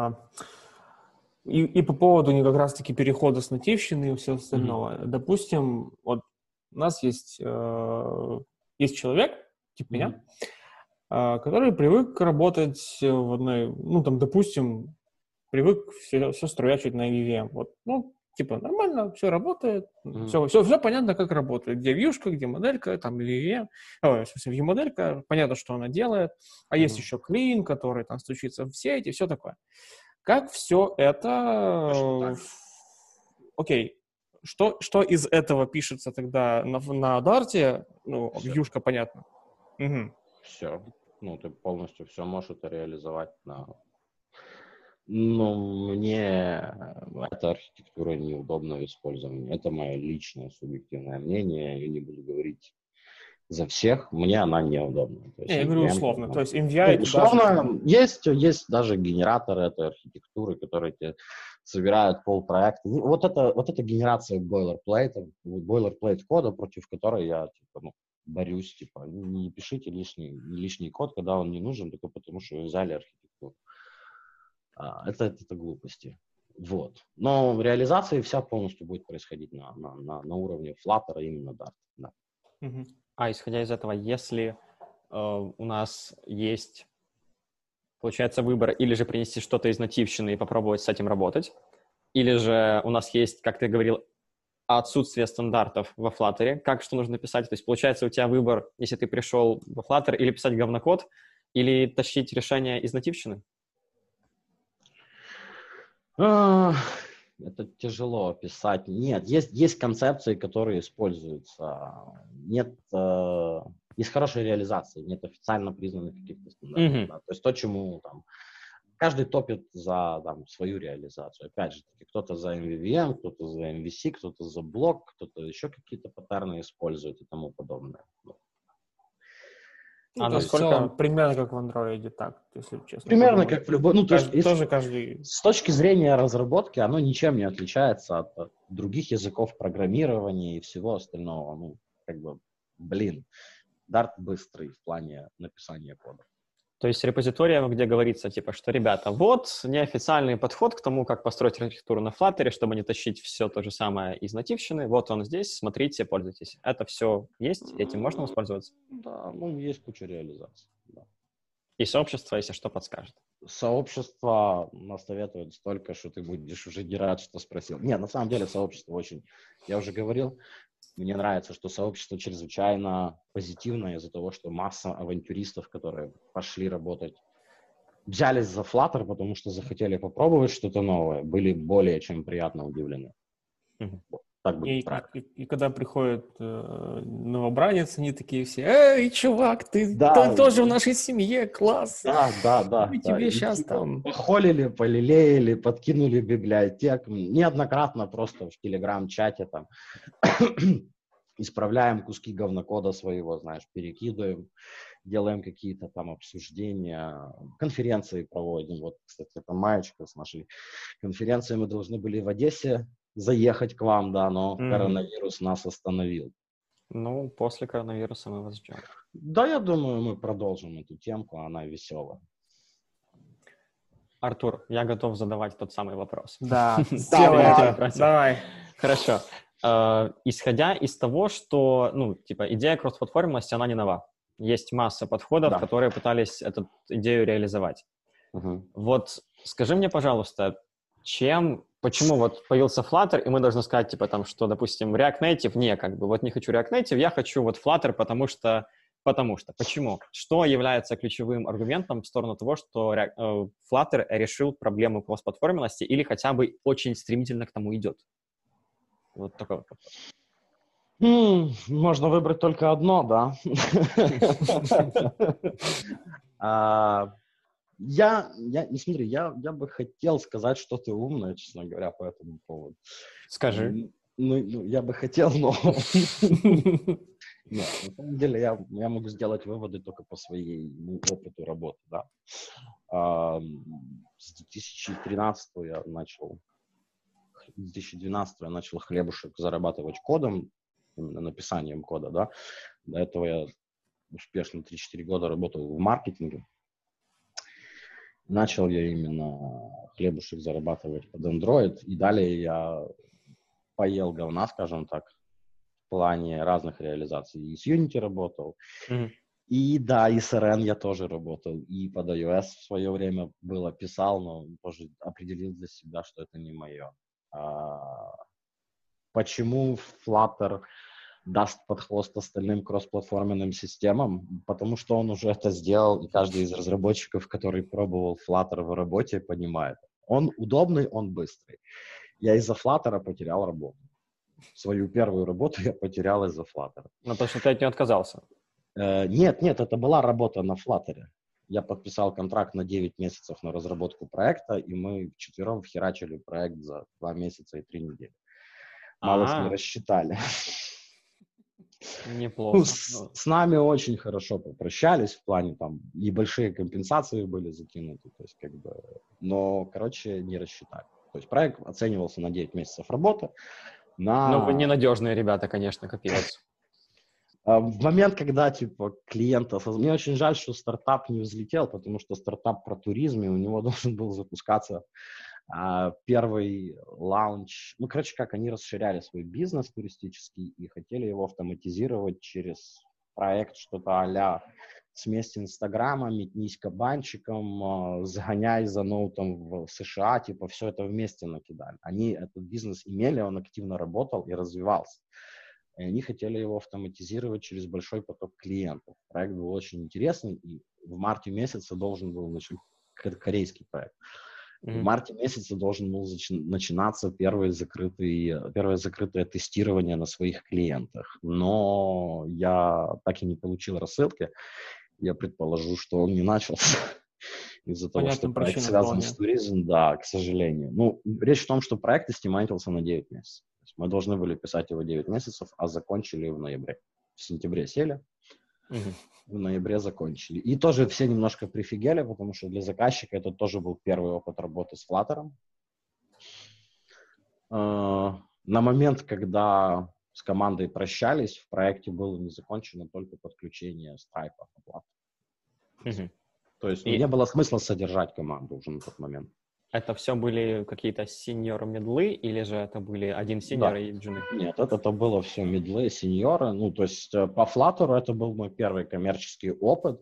И по поводу как раз-таки перехода с нативщины и всего остального. Допустим, вот у нас есть человек, типа меня, который привык работать в одной, ну, там, допустим, привык все струячить на EVM. Вот, ну, типа, нормально, все работает, все понятно, как работает. Где вьюшка, где моделька, там, или EVM. В смысле, view-моделька, понятно, что она делает. А есть еще клин, который там стучится в сеть и все такое. Как все это... Окей. Что из этого пишется тогда на Дарте? Ну, вьюшка, понятно. Все. Ну, ты полностью все можешь это реализовать Ну, мне эта архитектура неудобна в использовании. Это мое личное субъективное мнение. Я не буду говорить за всех. Мне она неудобна. То есть, я говорю условно. То есть MVI... это условно. Есть даже генераторы этой архитектуры, которые тебе собирают полпроекта. Вот это генерация бойлерплейт кода, против которой я борюсь. Не пишите лишний код, когда он не нужен, только потому что вы взяли архитектуру. Это глупости. Вот. Но реализация вся полностью будет происходить на уровне Flutter, именно Dart. Да. Исходя из этого, если у нас есть, получается, выбор или же принести что-то из нативщины и попробовать с этим работать, или же у нас есть, как ты говорил, отсутствие стандартов во Flutter, как что нужно писать. То есть, получается, у тебя выбор, если ты пришел во Flutter, или писать говнокод, или тащить решение из нативщины? Это тяжело описать. Нет, есть концепции, которые используются. Нет, есть хорошая реализация, нет официально признанных каких-то стандартов. Да. То есть то, чему там каждый топит за свою реализацию. Опять же, кто-то за MVVM, кто-то за MVC, кто-то за блок, кто-то еще какие-то паттерны использует и тому подобное. Насколько примерно как в Android, так, если честно. Примерно как в любой... Ну, то есть, тоже каждый... С точки зрения разработки, оно ничем не отличается от других языков программирования и всего остального. Dart быстрый в плане написания кода. То есть репозитория, где говорится, что, ребята, вот неофициальный подход к тому, как построить архитектуру на Flutter, чтобы не тащить все то же самое из нативщины. Вот он здесь, смотрите, пользуйтесь. Это все есть, этим можно воспользоваться? Да, есть куча реализаций. Да. И сообщество, если что, подскажет. Сообщество насоветует столько, что ты будешь уже не рад, что спросил. Нет, на самом деле сообщество очень... Я уже говорил, мне нравится, что сообщество чрезвычайно позитивное из-за того, что масса авантюристов, которые пошли работать, взялись за Flutter, потому что захотели попробовать что-то новое, были более чем приятно удивлены. Так будет правильно. И когда приходит новобранец, они такие все: «Эй, чувак, ты тоже в нашей семье, класс!» Да. Мы тебе сейчас там... Похвалили, полелеяли, подкинули библиотек. Неоднократно просто в Telegram-чате там исправляем куски говнокода своего, перекидываем, делаем какие-то там обсуждения, конференции проводим. Вот, кстати, это маечка с нашей конференции. Мы должны были в Одессе заехать к вам, но коронавирус нас остановил. После коронавируса мы вас ждем. Да, я думаю, мы продолжим эту темку, она веселая. Артур, я готов задавать тот самый вопрос. Да, сделай это. Давай. Хорошо. Исходя из того, что, идея кроссплатформенности, она не нова. Есть масса подходов, которые пытались эту идею реализовать. Вот скажи мне, пожалуйста, почему появился Flutter, и мы должны сказать, что, допустим, React Native, не хочу React Native, я хочу Flutter, потому что Потому что. Почему? Что является ключевым аргументом в сторону того, что Flutter решил проблему кроссплатформенности или хотя бы очень стремительно к тому идет? Вот такой вот вопрос. Можно выбрать только одно, да. Смотри, я бы хотел сказать что-то умное, честно говоря, по этому поводу. Скажи. Ну, я бы хотел, но... Нет, на самом деле я могу сделать выводы только по своему опыту работы, да. С 2012 я начал, с 2012 я начал хлебушек зарабатывать кодом, именно написанием кода, да. До этого я успешно 3-4 года работал в маркетинге. Начал я именно хлебушек зарабатывать под Android, и далее я поел говна, скажем так, в плане разных реализаций. И с Unity работал, и да, и с RN я тоже работал, и под iOS в свое время писал, но тоже определил для себя, что это не мое. Почему Flutter даст под хвост остальным кроссплатформенным системам? Потому что он уже это сделал, и каждый из разработчиков, который пробовал Flutter в работе, понимает. Он удобный, он быстрый. Я из-за Flutter потерял работу. Свою первую работу я потерял из-за Flutter. Ну, потому что ты от нее отказался. Нет, это была работа на Flutter. Я подписал контракт на 9 месяцев на разработку проекта, и мы вчетвером вхерачили проект за 2 месяца и 3 недели. Малость не рассчитали. Неплохо. Ну, с нами очень хорошо попрощались, в плане там небольшие компенсации были закинуты, то есть как бы, но, короче, не рассчитали. То есть проект оценивался на 9 месяцев работы. Ну, вы ненадежные ребята, конечно, капец. В момент, когда, типа, клиента... Мне очень жаль, что стартап не взлетел, потому что стартап про туризм, и у него должен был запускаться первый лаунч. Ну, короче, как они расширяли свой бизнес туристический и хотели его автоматизировать через проект что-то а-ля смесь Инстаграма, метнись кабанчиком, загоняй за ноутом в США, типа, все это вместе накидали. Они этот бизнес имели, он активно работал и развивался. И они хотели его автоматизировать через большой поток клиентов. Проект был очень интересный, и в марте месяце должен был корейский проект. В марте месяце должен был начинаться первое закрытое тестирование на своих клиентах. Но я так и не получил рассылки. Я предположу, что он не начался из-за того, что проект связан с туризмом. Да, к сожалению. Ну, речь в том, что проект эстиматился на 9 месяцев. То есть мы должны были писать его 9 месяцев, а закончили в ноябре. В сентябре сели, в ноябре закончили. И тоже все немножко прифигели, потому что для заказчика это тоже был первый опыт работы с Flutter. На момент, когда с командой прощались, в проекте было не закончено только подключение Stripe оплаты. То есть не было смысла содержать команду уже на тот момент. Это все были какие-то сеньоры-медлы, или же это были один сеньор и джуны? Нет, это было все медлы, сеньоры. Ну, то есть по Flutter это был мой первый коммерческий опыт.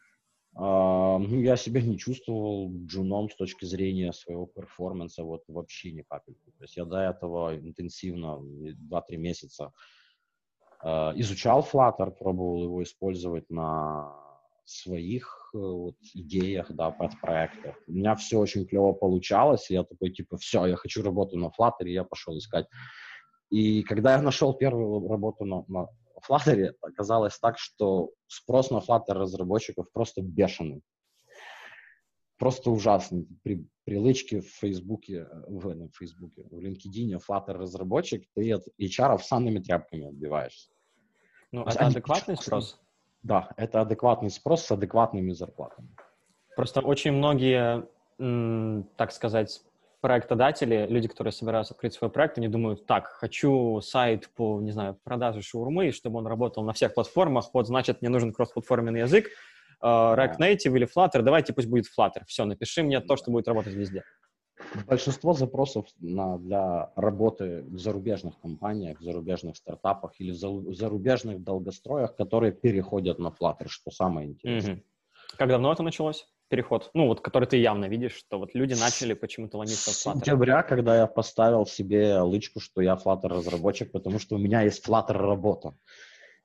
Я себя не чувствовал джуном с точки зрения своего перформанса вот вообще ни капельки. То есть я до этого интенсивно 2-3 месяца изучал Flutter, пробовал его использовать на своих идеях, да, под проектах. У меня все очень клево получалось, я такой, типа, все, я хочу работу на Flutter, и я пошел искать. И когда я нашел первую работу на Flutter, оказалось так, что спрос на Flutter разработчиков просто бешеный. Просто ужасный. При прилычке в Фейсбуке, в LinkedIn Flutter разработчик, ты от HR санными тряпками отбиваешься. Ну, это адекватный спрос? Да, это адекватный спрос с адекватными зарплатами. Просто очень многие, так сказать, проектодатели, люди, которые собираются открыть свой проект, они думают, так, хочу сайт по, не знаю, продаже шаурмы, чтобы он работал на всех платформах, вот, значит, мне нужен кроссплатформенный язык, React Native или Flutter, давайте пусть будет Flutter, все, напиши мне то, что будет работать везде. Большинство запросов для работы в зарубежных компаниях, в зарубежных стартапах или в зарубежных долгостроях, которые переходят на Flutter, что самое интересное. Как давно это началось? Переход, ну вот, который ты явно видишь, что вот люди начали почему-то ломиться в Flutter. С сентября, когда я поставил себе лычку, что я Flutter разработчик, потому что у меня есть Flutter работа.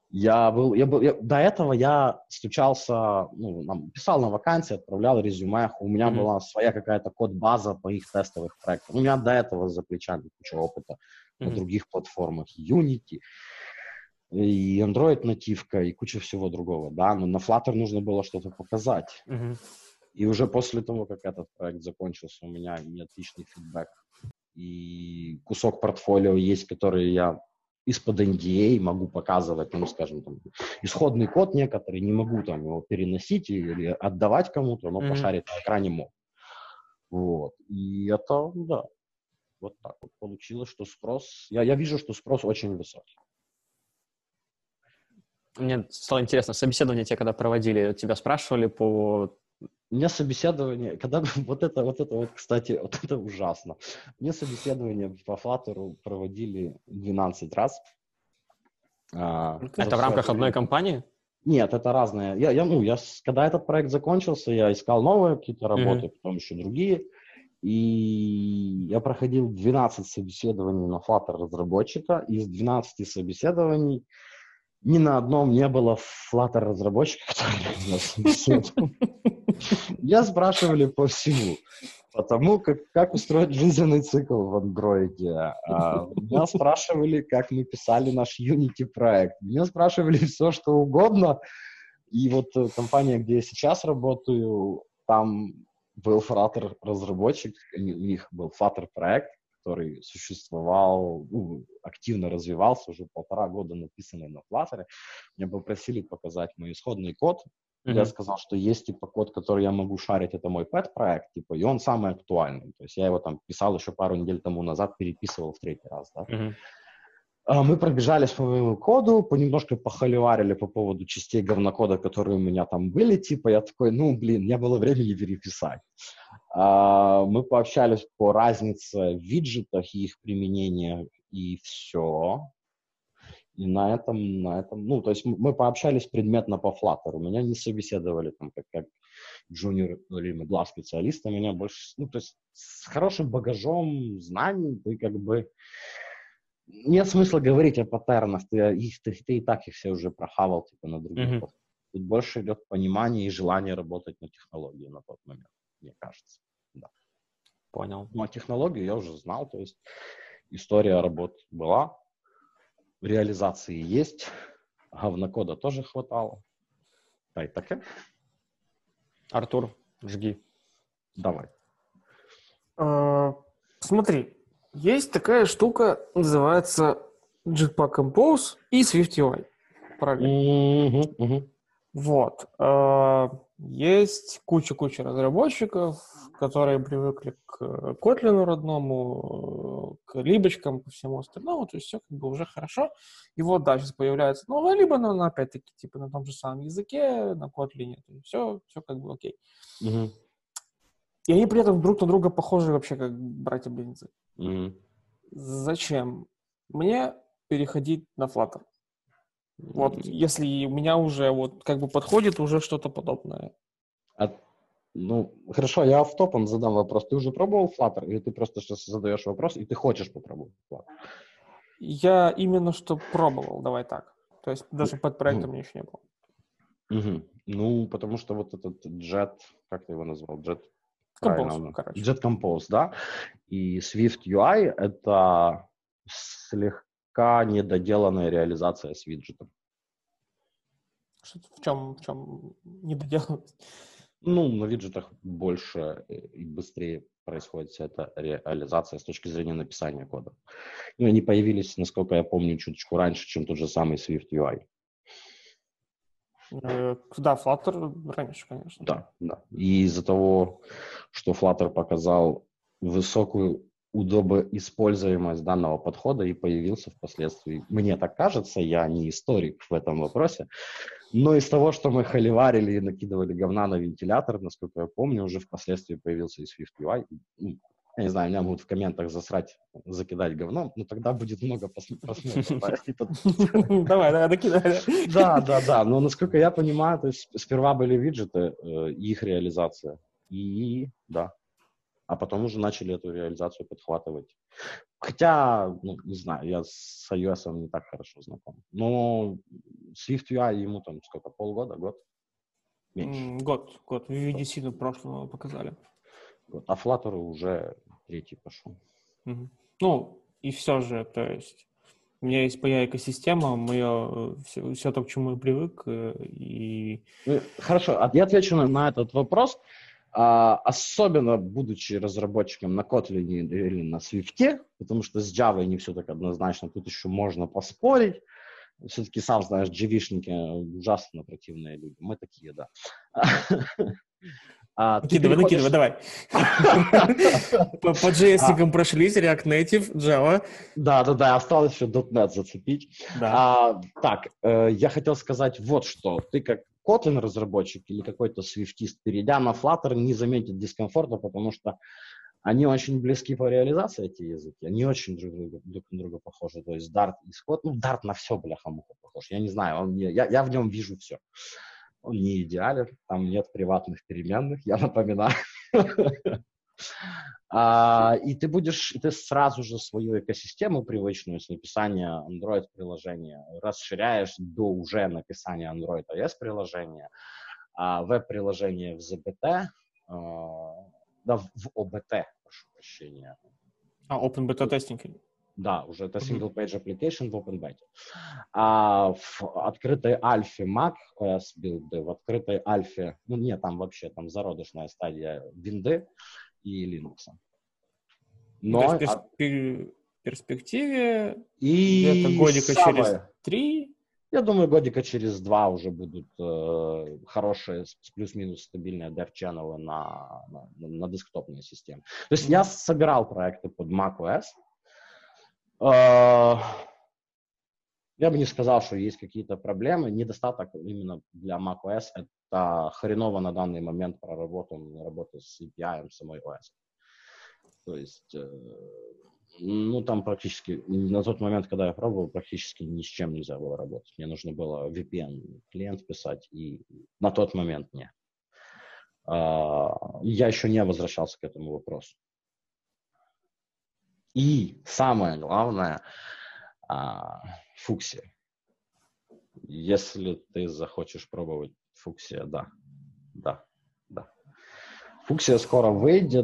Я до этого я стучался, писал на вакансии, отправлял резюме. У меня была своя какая-то код-база по их тестовых проектам. У меня до этого за плечами куча опыта на других платформах. Unity, и Android нативка, и куча всего другого, да. Но на Flutter нужно было что-то показать. И уже после того, как этот проект закончился, у меня отличный фидбэк. И кусок портфолио есть, который я из-под NDA могу показывать, скажем, там, исходный код некоторый, не могу там его переносить или отдавать кому-то, но пошарить на экране мог. Вот. И это, да, вот так вот получилось, что спрос, я вижу, что спрос очень высокий. Мне стало интересно, собеседование те, когда проводили, тебя спрашивали по... У меня собеседование, когда вот это, кстати, вот это ужасно. Мне собеседование по Flutter проводили 12 раз. Это в рамках одной компании? Нет, это разные. Когда этот проект закончился, я искал новые какие-то работы, потом еще другие. И я проходил 12 собеседований на Flutter разработчика. Из 12 собеседований ни на одном не было Flutter разработчика, который меня собеседовал. Меня спрашивали по всему. Потому как устроить жизненный цикл в андроиде. Меня спрашивали, как мы писали наш Unity проект. Меня спрашивали все, что угодно. И вот компания, где я сейчас работаю, там был Flutter разработчик, у них был Flutter проект, который существовал, активно развивался, уже 1,5 года написанный на Flutter. Меня попросили показать мой исходный код. Я сказал, что есть, код, который я могу шарить, это мой pet-проект, и он самый актуальный. То есть я его там писал еще пару недель тому назад, переписывал в 3-й раз, да. Мы пробежались по моему коду, немножко похоливарили по поводу частей говнокода, которые у меня там были, я такой, не было времени переписать. Мы пообщались по разнице в виджетах и их применениях, и все. И на этом, то есть мы пообщались предметно по Flutter. Меня не собеседовали там как джуниор или middle специалиста, меня больше, то есть с хорошим багажом знаний ты нет смысла говорить о паттернах, ты и так их все уже прохавал, на других. Тут больше идет понимание и желание работать на технологии на тот момент, мне кажется. Да. Понял. Ну, а технологию я уже знал, то есть история работ была, реализации есть, говнокода тоже хватало. Да, и так. Артур, жги. Давай. Смотри, есть такая штука, называется Jetpack Compose и SwiftUI. Правильно? Вот. Есть куча разработчиков, которые привыкли к Kotlin родному, к либочкам, ко всему остальному, то есть все уже хорошо. И вот, да, сейчас появляется новая либо, но опять-таки на том же самом языке, на Kotlin, все окей. И они при этом друг на друга похожи вообще как братья-близнецы. Зачем мне переходить на Flutter? Вот, если у меня уже подходит уже что-то подобное. Хорошо, я автопом задам вопрос. Ты уже пробовал Flutter? Или ты просто сейчас задаешь вопрос, и ты хочешь попробовать Flutter? Я именно что пробовал, давай так. То есть даже под проектом еще не было. Потому что вот этот Jet, как ты его назвал? Jet Compose, короче. Jet Compose, да? И Swift UI — это слегка недоделанная реализация с виджетом. В чем недоделанность? На виджетах больше и быстрее происходит вся эта реализация с точки зрения написания кода. Они появились, насколько я помню, чуточку раньше, чем тот же самый Swift UI. Да, Flutter раньше, конечно. Да. И из-за того, что Flutter показал высокую удобоиспользуемость данного подхода и появился впоследствии, мне так кажется, я не историк в этом вопросе, но из того, что мы холиварили и накидывали говна на вентилятор, насколько я помню, уже впоследствии появился и Swift UI. Я не знаю, меня могут в комментах засрать, закидать говном, но тогда будет много просмотров. Давай, накидай. Да. Но насколько я понимаю, то есть сперва были виджеты и их реализация. И да. а потом уже начали эту реализацию подхватывать. Хотя, ну, не знаю, я с iOS не так хорошо знаком. Но Swift UI ему там сколько, полгода, год? Меньше. Год. В VDC в прошлом показали. Год. А Flutter уже 3 пошел. Ну, и все же, то есть у меня есть моя экосистема, все то, к чему я привык, и... Ну, хорошо, я отвечу на этот вопрос. Особенно будучи разработчиком на Kotlin или на Swift, потому что с Java не все так однозначно, тут еще можно поспорить. Все-таки, сам знаешь, дживишники ужасно противные люди. Мы такие, да. Накидывай, давай. По JS-никам прошлись, React Native, Java. Да, осталось еще .NET зацепить. Да. Я хотел сказать вот что. Ты как Kotlin разработчик или какой-то свифтист, перейдя на Flutter, не заметит дискомфорта, потому что они очень близки по реализации, эти языки. Они очень друг на друга похожи. То есть Dart и Scott, Dart на все, бляха-муха, похож. Я не знаю, я в нем вижу все. Он не идеален, там нет приватных переменных, я напоминаю. И ты сразу же свою экосистему привычную с написания Android-приложения расширяешь до уже написания Android iOS-приложения, веб-приложение в ZBT, в OBT, прошу прощения. Open Beta Testing. Да, уже это Single Page Application в OpenBeta. В открытой альфе Mac OS билды, в открытой альфе, там зародышная стадия винды и Linux. Но то есть в перспективе где-то годика через 3. Я думаю, годика через 2 уже будут хорошие, плюс-минус стабильные dev-channel на десктопные системы. То есть я собирал проекты под macOS. Я бы не сказал, что есть какие-то проблемы. Недостаток именно для macOS — это хреново на данный момент проработана работа с API самой OS. То есть, там практически, на тот момент, когда я пробовал, практически ни с чем нельзя было работать. Мне нужно было VPN-клиент писать, и на тот момент нет. Я еще не возвращался к этому вопросу. И самое главное, Фуксия. Если ты захочешь пробовать Фуксия, да. Фуксия скоро выйдет,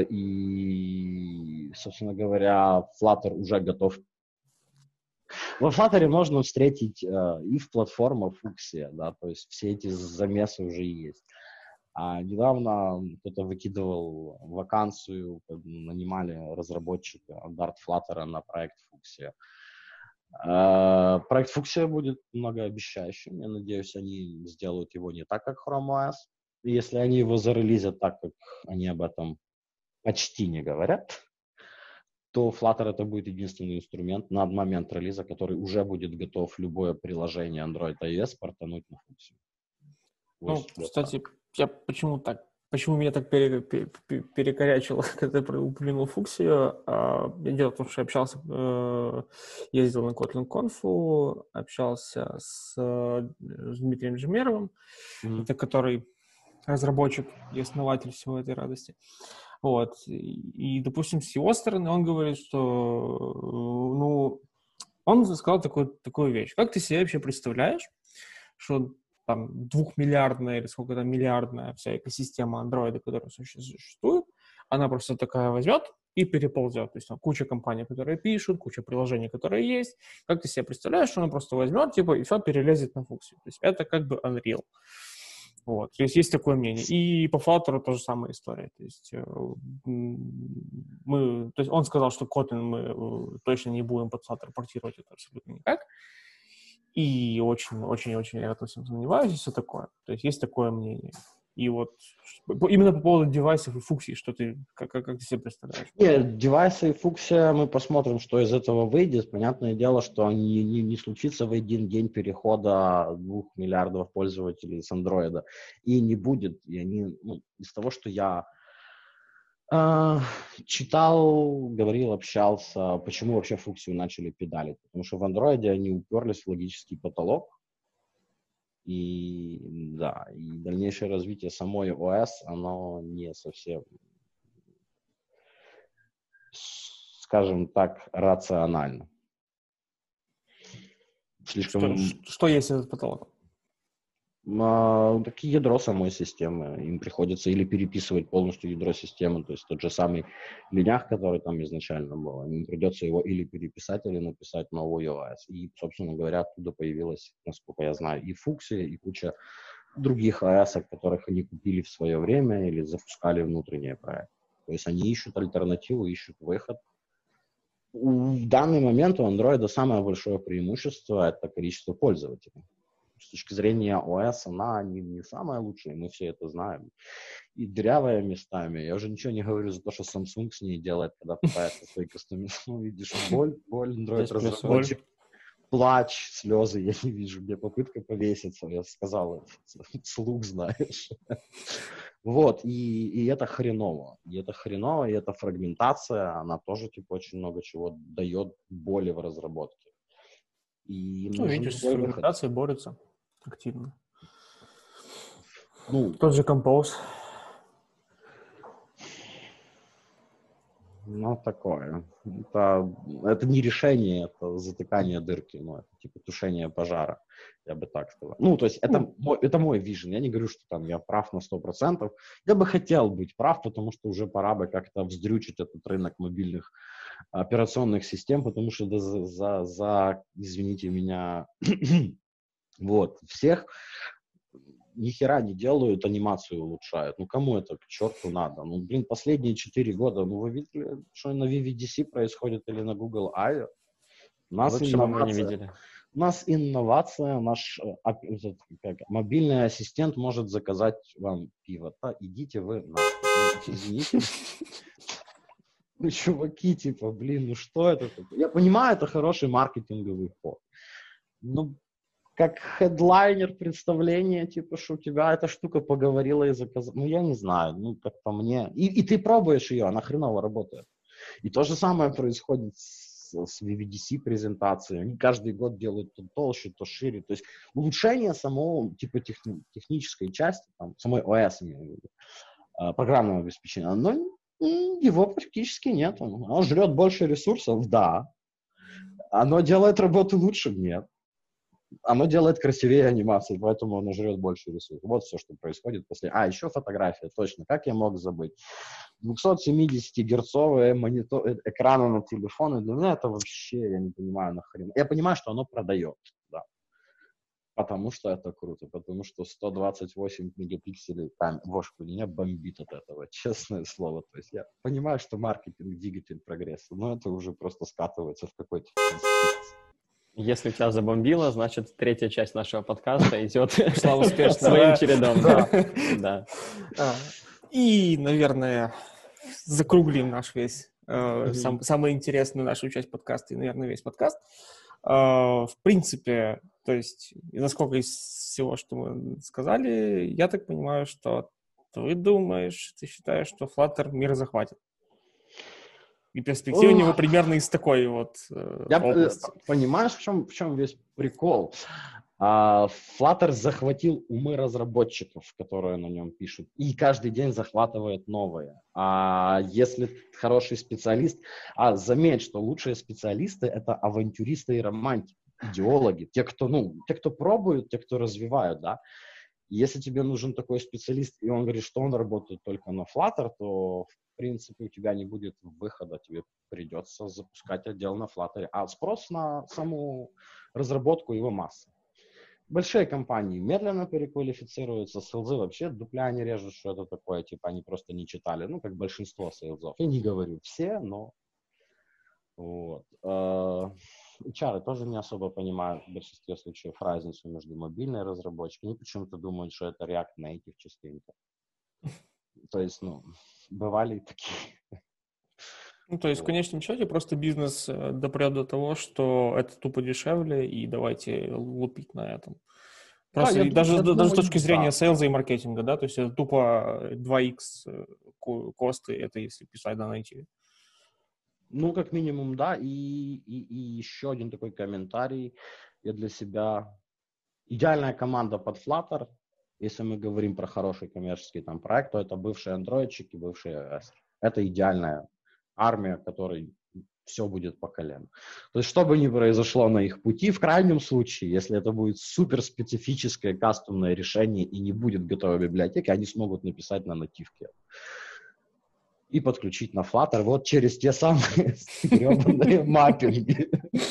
и, собственно говоря, Flutter уже готов. Во Flutter можно встретить и в платформах Фуксия, да, то есть все эти замесы уже есть. Недавно кто-то выкидывал вакансию, нанимали разработчика Dart Flutter на проект Фуксия. Проект Фуксия будет многообещающим. Я надеюсь, они сделают его не так, как Chrome OS. И если они его зарелизят так, как они об этом почти не говорят, то Flutter это будет единственный инструмент на момент релиза, который уже будет готов любое приложение Android iOS портануть на Фуксию. Кстати, почему меня так перекорячило, когда я упомянул Фуксию? Дело в том, что я ездил на Kotlin Conf, общался с Дмитрием Джемеровым, это который разработчик и основатель всего этой радости. Вот. И, допустим, с его стороны он говорит, что он сказал такую вещь. Как ты себе вообще представляешь, что там 2-миллиардная или сколько там миллиардная вся экосистема андроида, которая существует, она просто такая возьмет и переползет. То есть там куча компаний, которые пишут, куча приложений, которые есть. Как ты себе представляешь, что она просто возьмет, и все перелезет на Фуксию. То есть это как бы Unreal. Вот. То есть такое мнение. И по Flutter тоже самая история. То есть он сказал, что Kotlin мы точно не будем под Flutter портировать, это абсолютно никак. И очень-очень я в этом всем сомневаюсь, и все такое. То есть такое мнение. И вот именно по поводу девайсов и фуксий, что как ты себе представляешь? Нет, девайсы и фуксия, мы посмотрим, что из этого выйдет. Понятное дело, что не случится в один день перехода 2 миллиардов пользователей с андроида. И не будет. И они, из того, что я читал, говорил, общался, почему вообще фуксию начали педалить. Потому что в андроиде они уперлись в логический потолок. И дальнейшее развитие самой ОС, оно не совсем скажем так, рационально. Слишком... Что есть этот потолок? Так ядро самой системы. Им приходится или переписывать полностью ядро системы, то есть тот же самый линях, который там изначально был, им придется его или переписать, или написать новую OS. И, собственно говоря, оттуда появилась, насколько я знаю, и Fuchsia, и куча других OS, которых они купили в свое время или запускали внутренние проекты. То есть они ищут альтернативу, ищут выход. В данный момент у Android самое большое преимущество – это количество пользователей. С точки зрения ОС она не самая лучшая, мы все это знаем. И дырявая местами. Я уже ничего не говорю за то, что Samsung с ней делает, когда пытается свои кастомизации. Видишь, боль, Android разработчик, плач, слезы. Я не вижу, где попытка повеситься. Я сказал, слух знаешь. Вот, и это хреново. И эта фрагментация, она тоже, типа, очень много чего дает боли в разработке. И видишь, с фрагментацией борются активно. Тот же Compose. Такое. Это не решение, это затыкание дырки, это типа тушение пожара, я бы так сказал. То есть это мой вижен. Я не говорю, что там я прав на 100%. Я бы хотел быть прав, потому что уже пора бы как-то вздрючить этот рынок мобильных операционных систем, потому что извините меня, всех ни хера не делают, анимацию улучшают. Кому это к черту надо? Последние 4 года, вы видели, что на VVDC происходит или на Google I.O.? У нас инновация, наш мобильный ассистент может заказать вам пиво. Идите вы нахуй. Извините. Чуваки, типа, что это такое? Я понимаю, это хороший маркетинговый ход. Как хедлайнер представления, типа, что у тебя эта штука поговорила и заказала. Я не знаю, как по мне. И ты пробуешь ее, она хреново работает. И то же самое происходит с VVDC презентацией. Они каждый год делают то толще, то шире. То есть улучшение самого, типа, технической части, самой OS, программного обеспечения, но его практически нет. Оно жрет больше ресурсов, да. Оно делает работу лучше, нет. Оно делает красивее анимации, поэтому оно жрет больше ресурсов. Вот все, что происходит после... еще фотография, точно. Как я мог забыть? 270-герцовые экраны на телефоне. Для меня это вообще, я не понимаю, нахрен. Я понимаю, что оно продает, да. Потому что это круто. Потому что 128 мегапикселей меня бомбит от этого, честное слово. То есть я понимаю, что маркетинг, двигатель прогресса, но это уже просто скатывается в какой-то... Если тебя забомбило, значит, 3-я часть нашего подкаста идет успешно своим чередом. Да. И, наверное, закруглим наш весь, самую интересную нашу часть подкаста и, наверное, весь подкаст. В принципе, то есть, насколько из всего, что мы сказали, я так понимаю, что ты считаешь, что Flutter мир захватит. И перспектива у него примерно из такой области. Понимаешь, в чем весь прикол? Flutter захватил умы разработчиков, которые на нем пишут, и каждый день захватывает новые. Если хороший специалист... заметь, что лучшие специалисты — это авантюристы и романтики, идеологи, те, кто пробуют, те, кто развивают, да. Если тебе нужен такой специалист, и он говорит, что он работает только на Flutter, то, в принципе, у тебя не будет выхода, тебе придется запускать отдел на Flutter. А спрос на саму разработку его масса. Большие компании медленно переквалифицируются, сейлзы вообще дупля не режут, что это такое, типа они просто не читали, как большинство сейлзов. Я не говорю все, но HR тоже не особо понимают в большинстве случаев разницу между мобильной разработчикой. Они почему-то думают, что это React Native частенько. То есть, бывали и такие. То есть, в конечном счете, просто бизнес допрет до того, что это тупо дешевле, и давайте лупить на этом. Просто даже с точки зрения сейлза и маркетинга, да, то есть это тупо 2x косты, это если писать на native. Как минимум, да. И еще один такой комментарий я для себя. Идеальная команда под Flutter, если мы говорим про хороший коммерческий проект, то это бывшие андроидчики, бывшие iOS. Это идеальная армия, которой все будет по колену. То есть, что бы ни произошло на их пути, в крайнем случае, если это будет суперспецифическое кастомное решение и не будет готовой библиотеки, они смогут написать на нативке и подключить на Flutter вот через те самые гребаные маппинги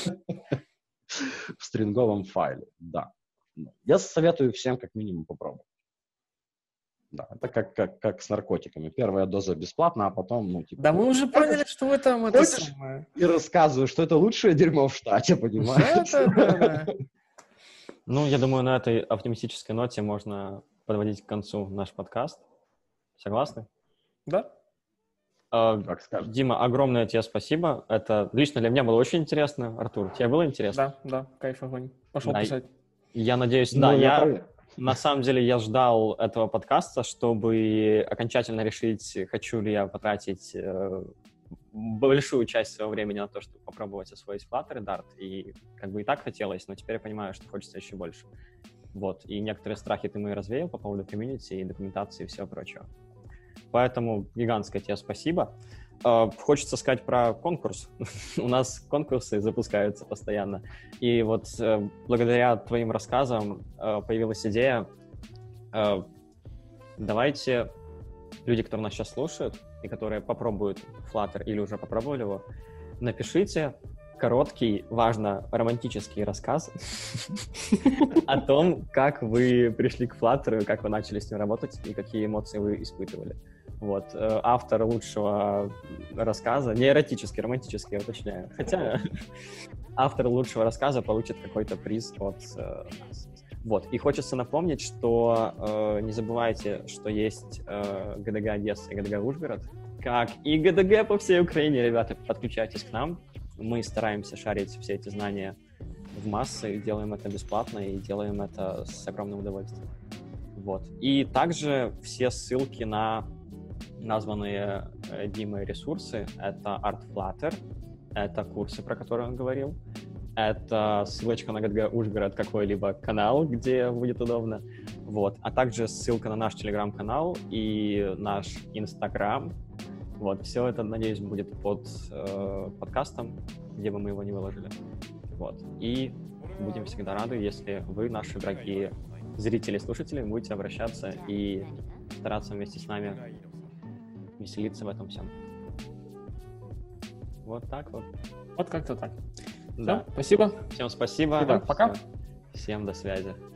в стринговом файле. Да. Я советую всем как минимум попробовать. Да, это как с наркотиками. Первая доза бесплатна, а потом, ну, типа... Да мы уже поняли, что вы там это самое... И рассказываю, что это лучшее дерьмо в штате, понимаешь? Да. Ну, я думаю, на этой оптимистической ноте можно подводить к концу наш подкаст. Согласны? Да. Как скажешь. Дима, огромное тебе спасибо. Это лично для меня было очень интересно. Артур, тебе было интересно? Да, кайф, огонь. Пошел писать. Я надеюсь, Ну, да, на самом деле я ждал этого подкаста, чтобы окончательно решить, хочу ли я потратить большую часть своего времени на то, чтобы попробовать освоить Flutter и Dart. И как бы и так хотелось, но теперь я понимаю, что хочется еще больше. Вот. И некоторые страхи ты мои развеял по поводу комьюнити и документации и всего прочего. Поэтому гигантское тебе спасибо. Хочется сказать про конкурс. У нас конкурсы запускаются постоянно. И вот благодаря твоим рассказам появилась идея. Давайте люди, которые нас сейчас слушают и которые попробуют Flutter или уже попробовали его, напишите короткий, важно, романтический рассказ о том, как вы пришли к Flutter, как вы начали с ним работать и какие эмоции вы испытывали. Вот. Автор лучшего рассказа, не эротический, романтический, я уточняю, хотя автор лучшего рассказа получит какой-то приз от нас. Вот. И хочется напомнить, что не забывайте, что есть ГДГ Одесса и ГДГ Ужгород, как и ГДГ по всей Украине. Ребята, подключайтесь к нам. Мы стараемся шарить все эти знания в массы, делаем это бесплатно и делаем это с огромным удовольствием. Вот. И также все ссылки на названные Димой ресурсы — это ArtFlutter, это курсы, про которые он говорил, это ссылочка на ГДГ Ужгород, какой-либо канал, где будет удобно, вот, а также ссылка на наш телеграм-канал и наш инстаграм. Вот, все это, надеюсь, будет под подкастом, где бы мы его не выложили. Вот, и будем всегда рады, если вы, наши дорогие зрители и слушатели, будете обращаться и стараться вместе с нами веселиться в этом всем. Вот так вот. Вот как-то так. Да. Все, спасибо. Всем спасибо. Итак, пока. Всем до связи.